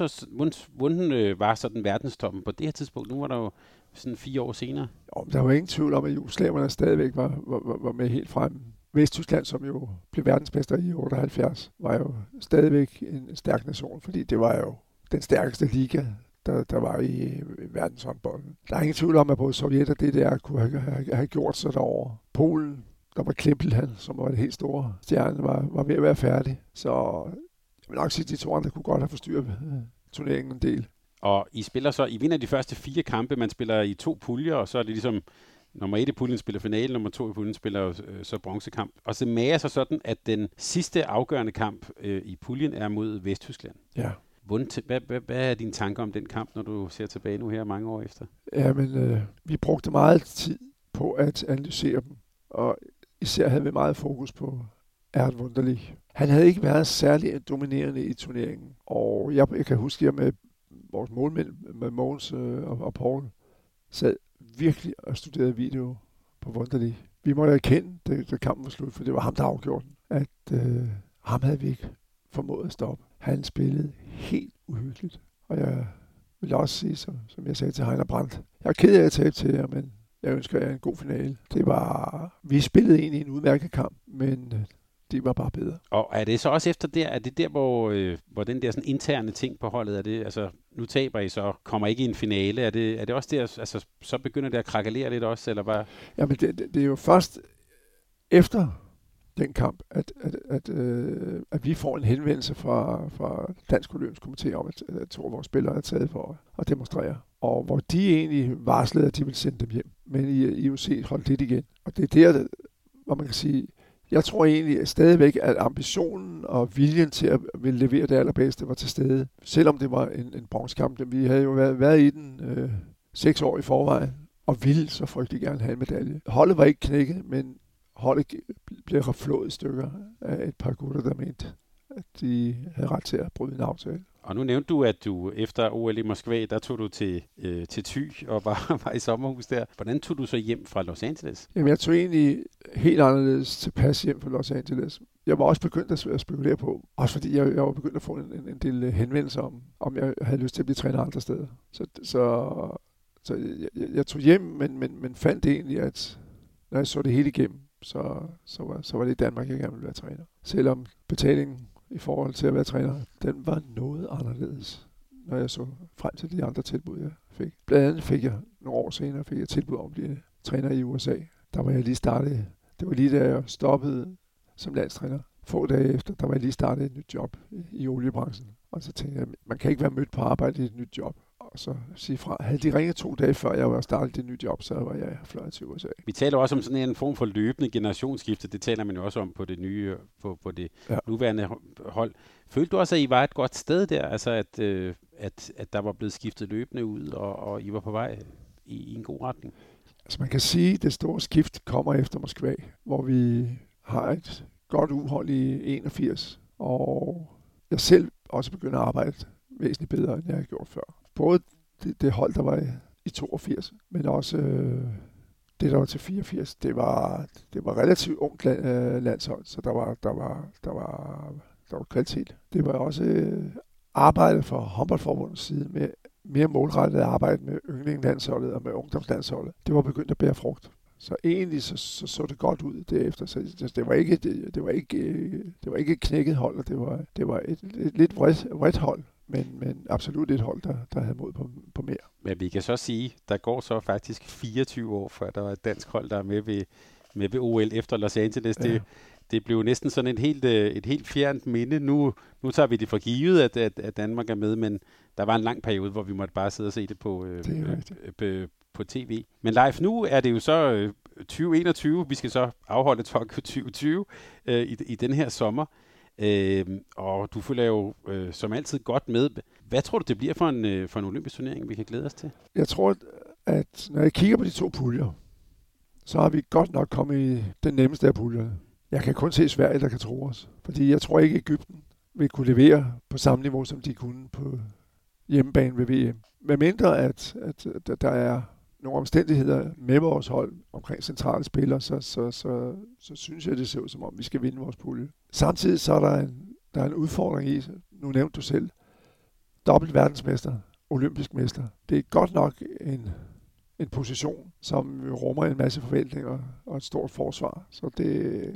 hvordan øh, var sådan verdenstoppen på det her tidspunkt? Nu var der jo sådan fire år senere. Jo, der var ingen tvivl om, at jugoslaverne stadigvæk var, var, var med helt frem. Vesttyskland, som jo blev verdensmester i otteoghalvfjerds, var jo stadigvæk en stærk nation, fordi det var jo den stærkeste liga, der, der var i, i verdenshåndbolden. Der er ingen tvivl om, at både Sovjet og D D R kunne have, have, have gjort sig derovre. Polen, der var Klimpelhan, som var det helt store stjerne, var, var ved at være færdig. Så jeg vil nok sige, at de to andre kunne godt have forstyrret turneringen en del. Og I spiller så, I vinder de første fire kampe, man spiller i to puljer, og så er det ligesom, nummer et i puljen spiller finale, nummer to i puljen spiller øh, så bronzekamp. Og så mager sig sådan, at den sidste afgørende kamp øh, i puljen er mod Vesttyskland. Ja. Hvad, hvad, hvad er dine tanker om den kamp, når du ser tilbage nu her mange år efter? Ja, men øh, vi brugte meget tid på at analysere dem, og især havde vi meget fokus på Erhard Wunderlich. Han havde ikke været særlig dominerende i turneringen, og jeg, jeg kan huske, at med vores målmænd, med Mogens øh, og, og Paul, sad virkelig og studerede video på Wunderlich. Vi måtte erkende, da, da kampen var slut, for det var ham, der afgjorde den, at øh, ham havde vi ikke formået at stoppe. Han spillede helt uhyggeligt, og jeg vil også sige, som, som jeg sagde til Heiner Brandt, jeg er ked af at tabe til jer, men jeg ønsker jer en god finale. Det var, vi spillede egentlig en udmærket kamp, men øh, det var bare bedre. Og er det så også efter der, er det der, hvor, øh, hvor den der sådan interne ting på holdet, er det, altså nu taber I så, kommer ikke i en finale, er det, er det også der, altså så begynder det at krakelere lidt også, eller hvad? Jamen det, det, det er jo først efter den kamp, at, at, at, øh, at vi får en henvendelse fra, fra Dansk Olympisk Komité om, at, at to af vores spillere er taget for at demonstrere. Og hvor de egentlig varslede, at de ville sende dem hjem. Men I O C holdt lidt igen. Og det er der, hvor man kan sige, jeg tror egentlig stadigvæk, at ambitionen og viljen til at ville levere det allerbedste var til stede. Selvom det var en, en bronzekamp. Vi havde jo været, været i den øh, seks år i forvejen, og ville så frygtelig gerne have en medalje. Holdet var ikke knækket, men holdet blev flået i stykker af et par gutter, der mente, at de havde ret til at bryde en aftale. Og nu nævnte du, at du efter O L i Moskva, der tog du til, øh, til Thy og var, var i sommerhus der. Hvordan tog du så hjem fra Los Angeles? Jamen, jeg tog egentlig helt anderledes tilpas hjem fra Los Angeles. Jeg var også begyndt at spekulere på, også fordi jeg, jeg var begyndt at få en, en, en del henvendelser om, om jeg havde lyst til at blive træner andre steder. Så, så, så jeg, jeg, jeg tog hjem, men, men, men fandt egentlig, at når jeg så det hele igennem, så, så, var, så var det i Danmark, jeg gerne ville være træner. Selvom betalingen i forhold til at være træner, den var noget anderledes, når jeg så frem til de andre tilbud, jeg fik. Blandt andet fik jeg nogle år senere fik jeg tilbud om at blive træner i U S A. Der var jeg lige startet. Det var lige da jeg stoppede som landstræner. Få dage efter, der var jeg lige startet et nyt job i, i oliebranchen. Og så tænkte jeg, man kan ikke være mødt på arbejde i et nyt job. Og så sige fra, havde de ringet to dage før jeg var startet det nye job, så var jeg fløjet til U S A. Vi taler også om sådan en form for løbende generationsskifte. Det taler man jo også om på det nye, på, på det ja. nuværende hold. Følte du også, at I var et godt sted der? Altså, at, øh, at, at der var blevet skiftet løbende ud, og, og I var på vej i, i en god retning? Altså, man kan sige, at det store skift kommer efter Moskva, hvor vi har et godt uhold i enogfirs, og jeg selv også begynder at arbejde væsentligt bedre, end jeg har gjort før. Både det, det hold, der var i, i toogfirs, men også øh, det, der var til fireogfirs. Det var, det var relativt ungt land, øh, landshold, så der var, der, var, der, var, der var kvalitet. Det var også øh, arbejde fra håndboldforbundets side med mere målrettet arbejde med yndlingslandsholdet og med ungdomslandsholdet. Det var begyndt at bære frugt. Så egentlig så, så, så det godt ud derefter. Så det, det var ikke det, det var ikke det var ikke et knækket hold, og det var det var et, et lidt vredt, vredt hold, men men absolut et hold der der havde mod på, på mere. Men vi kan så sige, der går så faktisk fireogtyve år før der var et dansk hold der er med ved med ved O L efter Los Angeles. Ja. Det det blev næsten sådan et helt et helt fjernt minde. Nu nu tager vi det for givet at, at at Danmark er med, men der var en lang periode hvor vi måtte bare sidde og se det på øh, det øh, på tv. Men live nu er det jo så øh, tyve enogtyve. Vi skal så afholde Tokyo tyve tyve øh, i, i den her sommer. Øh, og du følger jo øh, som altid godt med. Hvad tror du, det bliver for en, øh, for en olympisk turnering, vi kan glæde os til? Jeg tror, at når jeg kigger på de to puljer, så har vi godt nok kommet i den nemmeste af puljerne. Jeg kan kun se Sverige, der kan tro os. Fordi jeg tror ikke, at Egypten vil kunne levere på samme niveau, som de kunne på hjemmebane ved V M. Med mindre, at, at, at der er nogle omstændigheder med vores hold omkring centrale spillere, så, så, så, så synes jeg, det ser ud som om, vi skal vinde vores pulje. Samtidig så er der en, der er en udfordring i, nu nævnte du selv, dobbelt verdensmester, olympisk mester. Det er godt nok en, en position, som rummer en masse forventninger og et stort forsvar. Så det,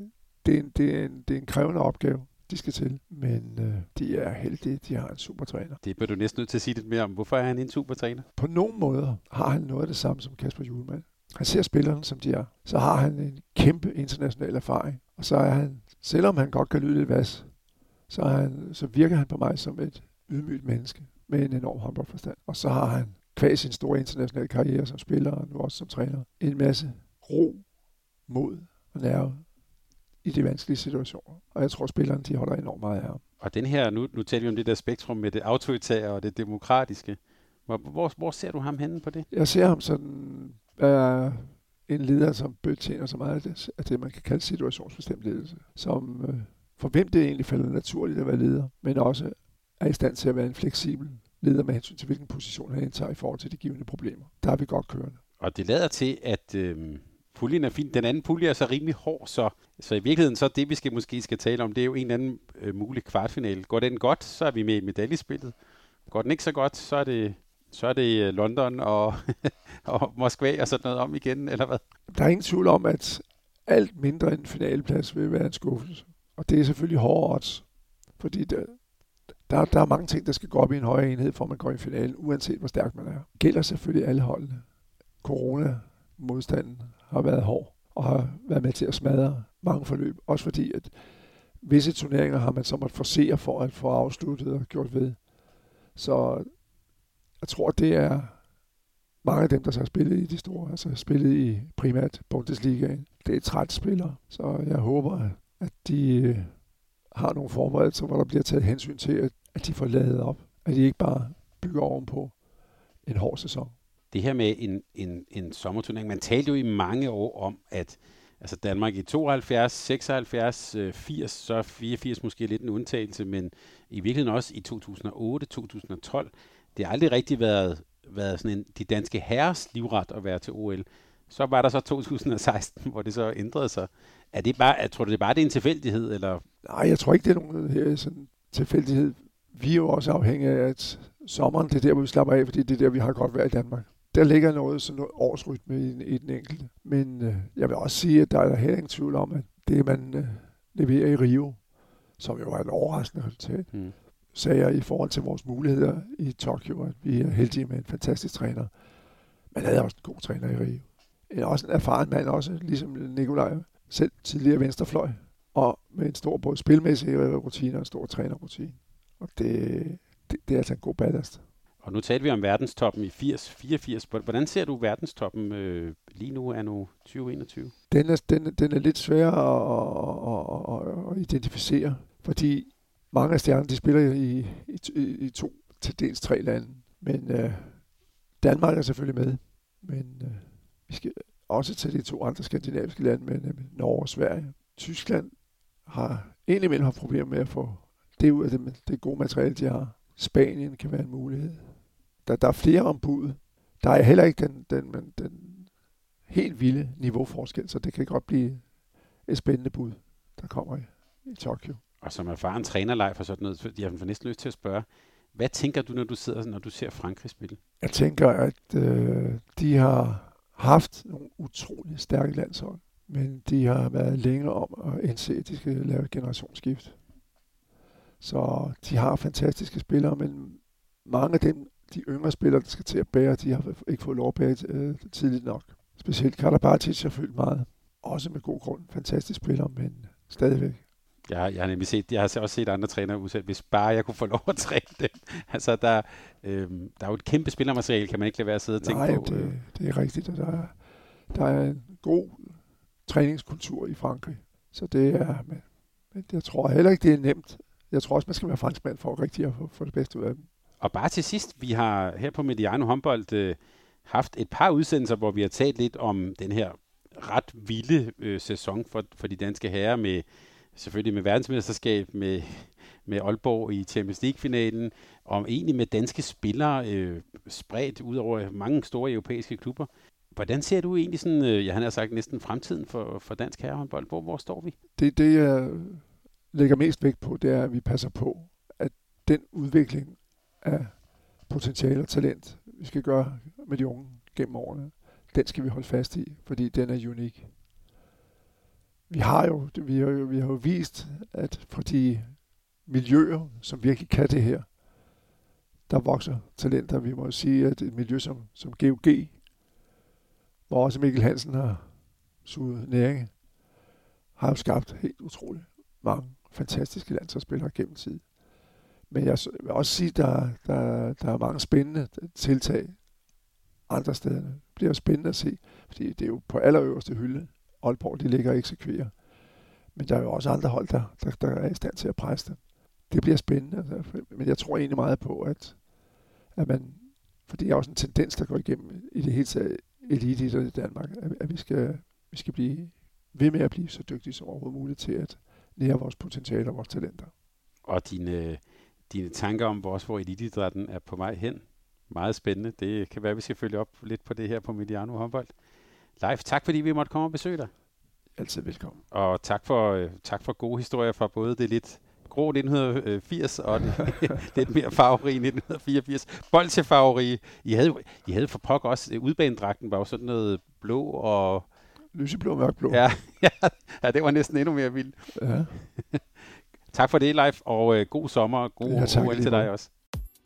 det, er en, det, er en, det er en krævende opgave, de skal til. Men øh, de er heldige, de har en super træner. Det bliver du næsten nødt til at sige lidt mere om. Hvorfor er han en super træner? På nogle måder har han noget af det samme som Kasper Hjulmand. Han ser spillerne, som de er. Så har han en kæmpe international erfaring. Og så er han, selvom han godt kan lyde lidt vas, så, er han, så virker han på mig som et ydmygt menneske med en enorm håndboldforstand. Og så har han kvæg sin store internationale karriere som spiller og nu også som træner en masse ro, mod og nerve i de vanskelige situationer. Og jeg tror, spillerne de holder enormt meget af ham. Og den her, nu, nu taler vi om det der spektrum med det autoritære og det demokratiske. Hvor, hvor, hvor ser du ham henne på det? Jeg ser ham sådan uh, en leder, som betjener så meget af det, af det, man kan kalde situationsbestemt ledelse. Som, uh, for hvem det egentlig falder naturligt at være leder, men også er i stand til at være en fleksibel leder med hensyn til, hvilken position han indtager i forhold til de givende problemer. Der er vi godt kørende. Og det lader til, at øh, puljen er fin. Den anden pulje er så rimelig hård, så, så i virkeligheden så det, vi skal, måske skal tale om, det er jo en eller anden øh, mulig kvartfinale. Går den godt, så er vi med i medaljespillet. Går den ikke så godt, så er det, så er det London og, og Moskva og sådan noget om igen, eller hvad? Der er ingen tvivl om, at alt mindre end finaleplads vil være en skuffelse. Og det er selvfølgelig hårde odds, fordi der, der, der er mange ting, der skal gå op i en højere enhed, for man går i finalen, uanset hvor stærk man er. Det gælder selvfølgelig alle holdene. Corona-modstanden har været hård og har været med til at smadre mange forløb. Også fordi, at visse turneringer har man så måtte forsere for at få afsluttet og gjort ved. Så jeg tror, det er mange af dem, der så har spillet i de store, altså spillet i primært Bundesligaen. Det er træt spillere, så jeg håber, at de har nogle forberedelser, hvor der bliver taget hensyn til, at, at de får ladet op. At de ikke bare bygger ovenpå en hård sæson. Det her med en, en, en sommerturnering, man talte jo i mange år om, at altså Danmark i tooghalvfjerds, seksoghalvfjerds, firs, så fireogfirs måske lidt en undtagelse, men i virkeligheden også i to tusind og otte, to tusind og tolv, det har aldrig rigtig været, været sådan en, de danske herres livret at være til O L. Så var der så to tusind og seksten, hvor det så ændrede sig. Er det bare, jeg tror du det er bare det er en tilfældighed? Eller? Nej, jeg tror ikke, det er nogen her, sådan tilfældighed. Vi er jo også afhængige af, at sommeren, det er der, hvor vi slapper af, fordi det er der, vi har godt vejr i Danmark. Der ligger noget, sådan noget årsrytme i, i den enkelte. Men øh, jeg vil også sige, at der er heller ingen tvivl om, at det, man øh, leverer i Rio, som jo var et overraskende resultat, hmm. sagde i forhold til vores muligheder i Tokyo, at vi er heldige med en fantastisk træner. Man havde også en god træner i Rio. En, også en erfaren mand, også ligesom Nikolaj, selv tidligere venstrefløj, og med en stor både spilmæssig rutine og en stor trænerrutine. Og det, det, det er altså en god ballast. Og nu talte vi om verdenstoppen i firs fireogfirs. Hvordan ser du verdenstoppen øh, lige nu anno tyve enogtyve? Den er, den, den er lidt svær at, at, at, at identificere, fordi mange af stjernerne de spiller i, i, i to til dels tre lande. Men øh, Danmark er selvfølgelig med, men øh, vi skal også til de to andre skandinaviske lande, med nemlig Norge og Sverige. Tyskland har indimellem haft problemer med at få det ud af det, det gode materiale, de har. Spanien kan være en mulighed. Der, der er flere ombud. Der er heller ikke den, den, den, den helt vilde niveauforskel, så det kan godt blive et spændende bud, der kommer i, i Tokyo. Og som erfaren trænerleg for sådan noget, jeg har næsten lyst til at spørge, hvad tænker du, når du sidder, når du ser Frankrig spille? Jeg tænker, at øh, de har haft nogle utrolig stærke landshold, men de har været længere om at indse, at de skal lave et generationsskift. Så de har fantastiske spillere, men mange af dem, de yngre spillere, der skal til at bære, de har ikke fået lov at bære øh, tidligt nok. Specielt Karabatic har fyldt meget. Også med god grund. Fantastisk spiller, men stadigvæk. Jeg, jeg har nemlig set, jeg har også set andre trænere udsat, hvis bare jeg kunne få lov at træne dem. Altså, der, øh, der er jo et kæmpe spillermateriale, kan man ikke lade være at sidde og tænke Nej, på. Nej, det, det er rigtigt, og der er, der er en god træningskultur i Frankrig. Så det er, men, men jeg tror heller ikke, det er nemt. Jeg tror også, man skal være franskmand for rigtig at få det bedste ud af dem. Og bare til sidst, vi har her på Mediano Håndbold øh, haft et par udsendelser, hvor vi har talt lidt om den her ret vilde øh, sæson for, for de danske herrer, med selvfølgelig med verdensmesterskab, med, med Aalborg i Champions League-finalen, og egentlig med danske spillere øh, spredt ud over mange store europæiske klubber. Hvordan ser du egentlig sådan, øh, jeg har sagt næsten fremtiden for, for dansk herrehåndbold? Hvor, hvor står vi? Det, det jeg lægger mest vægt på, det er, at vi passer på, at den udvikling af potentiale og talent, vi skal gøre med de unge gennem årene, den skal vi holde fast i, fordi den er unik. vi har jo, vi har, vi har jo vist, at for de miljøer, som virkelig kan det her, der vokser talenter. Vi må sige, at et miljø som, som G O G, hvor også Mikkel Hansen har suget næring, har jo skabt helt utroligt mange fantastiske landsholdsspillere gennem tiden. Men jeg vil også sige, at der, der, der er mange spændende tiltag andre steder. Det bliver jo spændende at se, fordi det er jo på allerøverste hylde. Aalborg, de ligger og eksekverer. Men der er jo også andre hold, der, der, der er i stand til at presse dem. Det bliver spændende. Men jeg tror egentlig meget på, at, at man, for det er også en tendens, der går igennem i det hele taget elite i Danmark, at, at vi, skal, vi skal blive ved med at blive så dygtige som overhovedet muligt til at nære vores potentiale og vores talenter. Og dine, dine tanker om, hvor, hvor eliteidrætten er på vej hen, meget spændende. Det kan være, at vi skal følge op lidt på det her på Mediano Håndbold. Leif, tak fordi vi måtte komme og besøge dig. Altid velkommen. Og tak for, øh, tak for gode historier fra både det lidt grå nitten firs og det lidt mere farverige nitten fireogfirs. Bolsjefarverige. I havde, I havde for pokker også, udbanedragten var jo sådan noget blå og... Lyseblå og mørkblå. Ja, ja, ja, det var næsten endnu mere vildt. Ja. Tak for det, Leif, og øh, god sommer og god ja, tak, O L til dig også.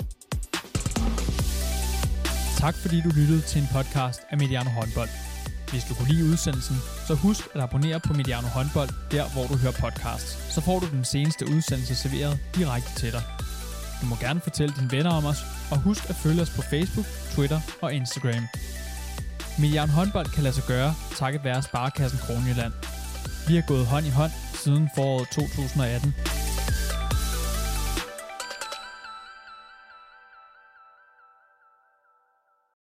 Tak fordi du lyttede til en podcast af Mediano Håndbold. Hvis du kunne lide udsendelsen, så husk at abonnere på Mediano Håndbold, der hvor du hører podcasts. Så får du den seneste udsendelse serveret direkte til dig. Du må gerne fortælle dine venner om os, og husk at følge os på Facebook, Twitter og Instagram. Mediano Håndbold kan lade sig gøre, takket være Sparekassen Kronjylland. Vi har gået hånd i hånd siden foråret to tusind og atten.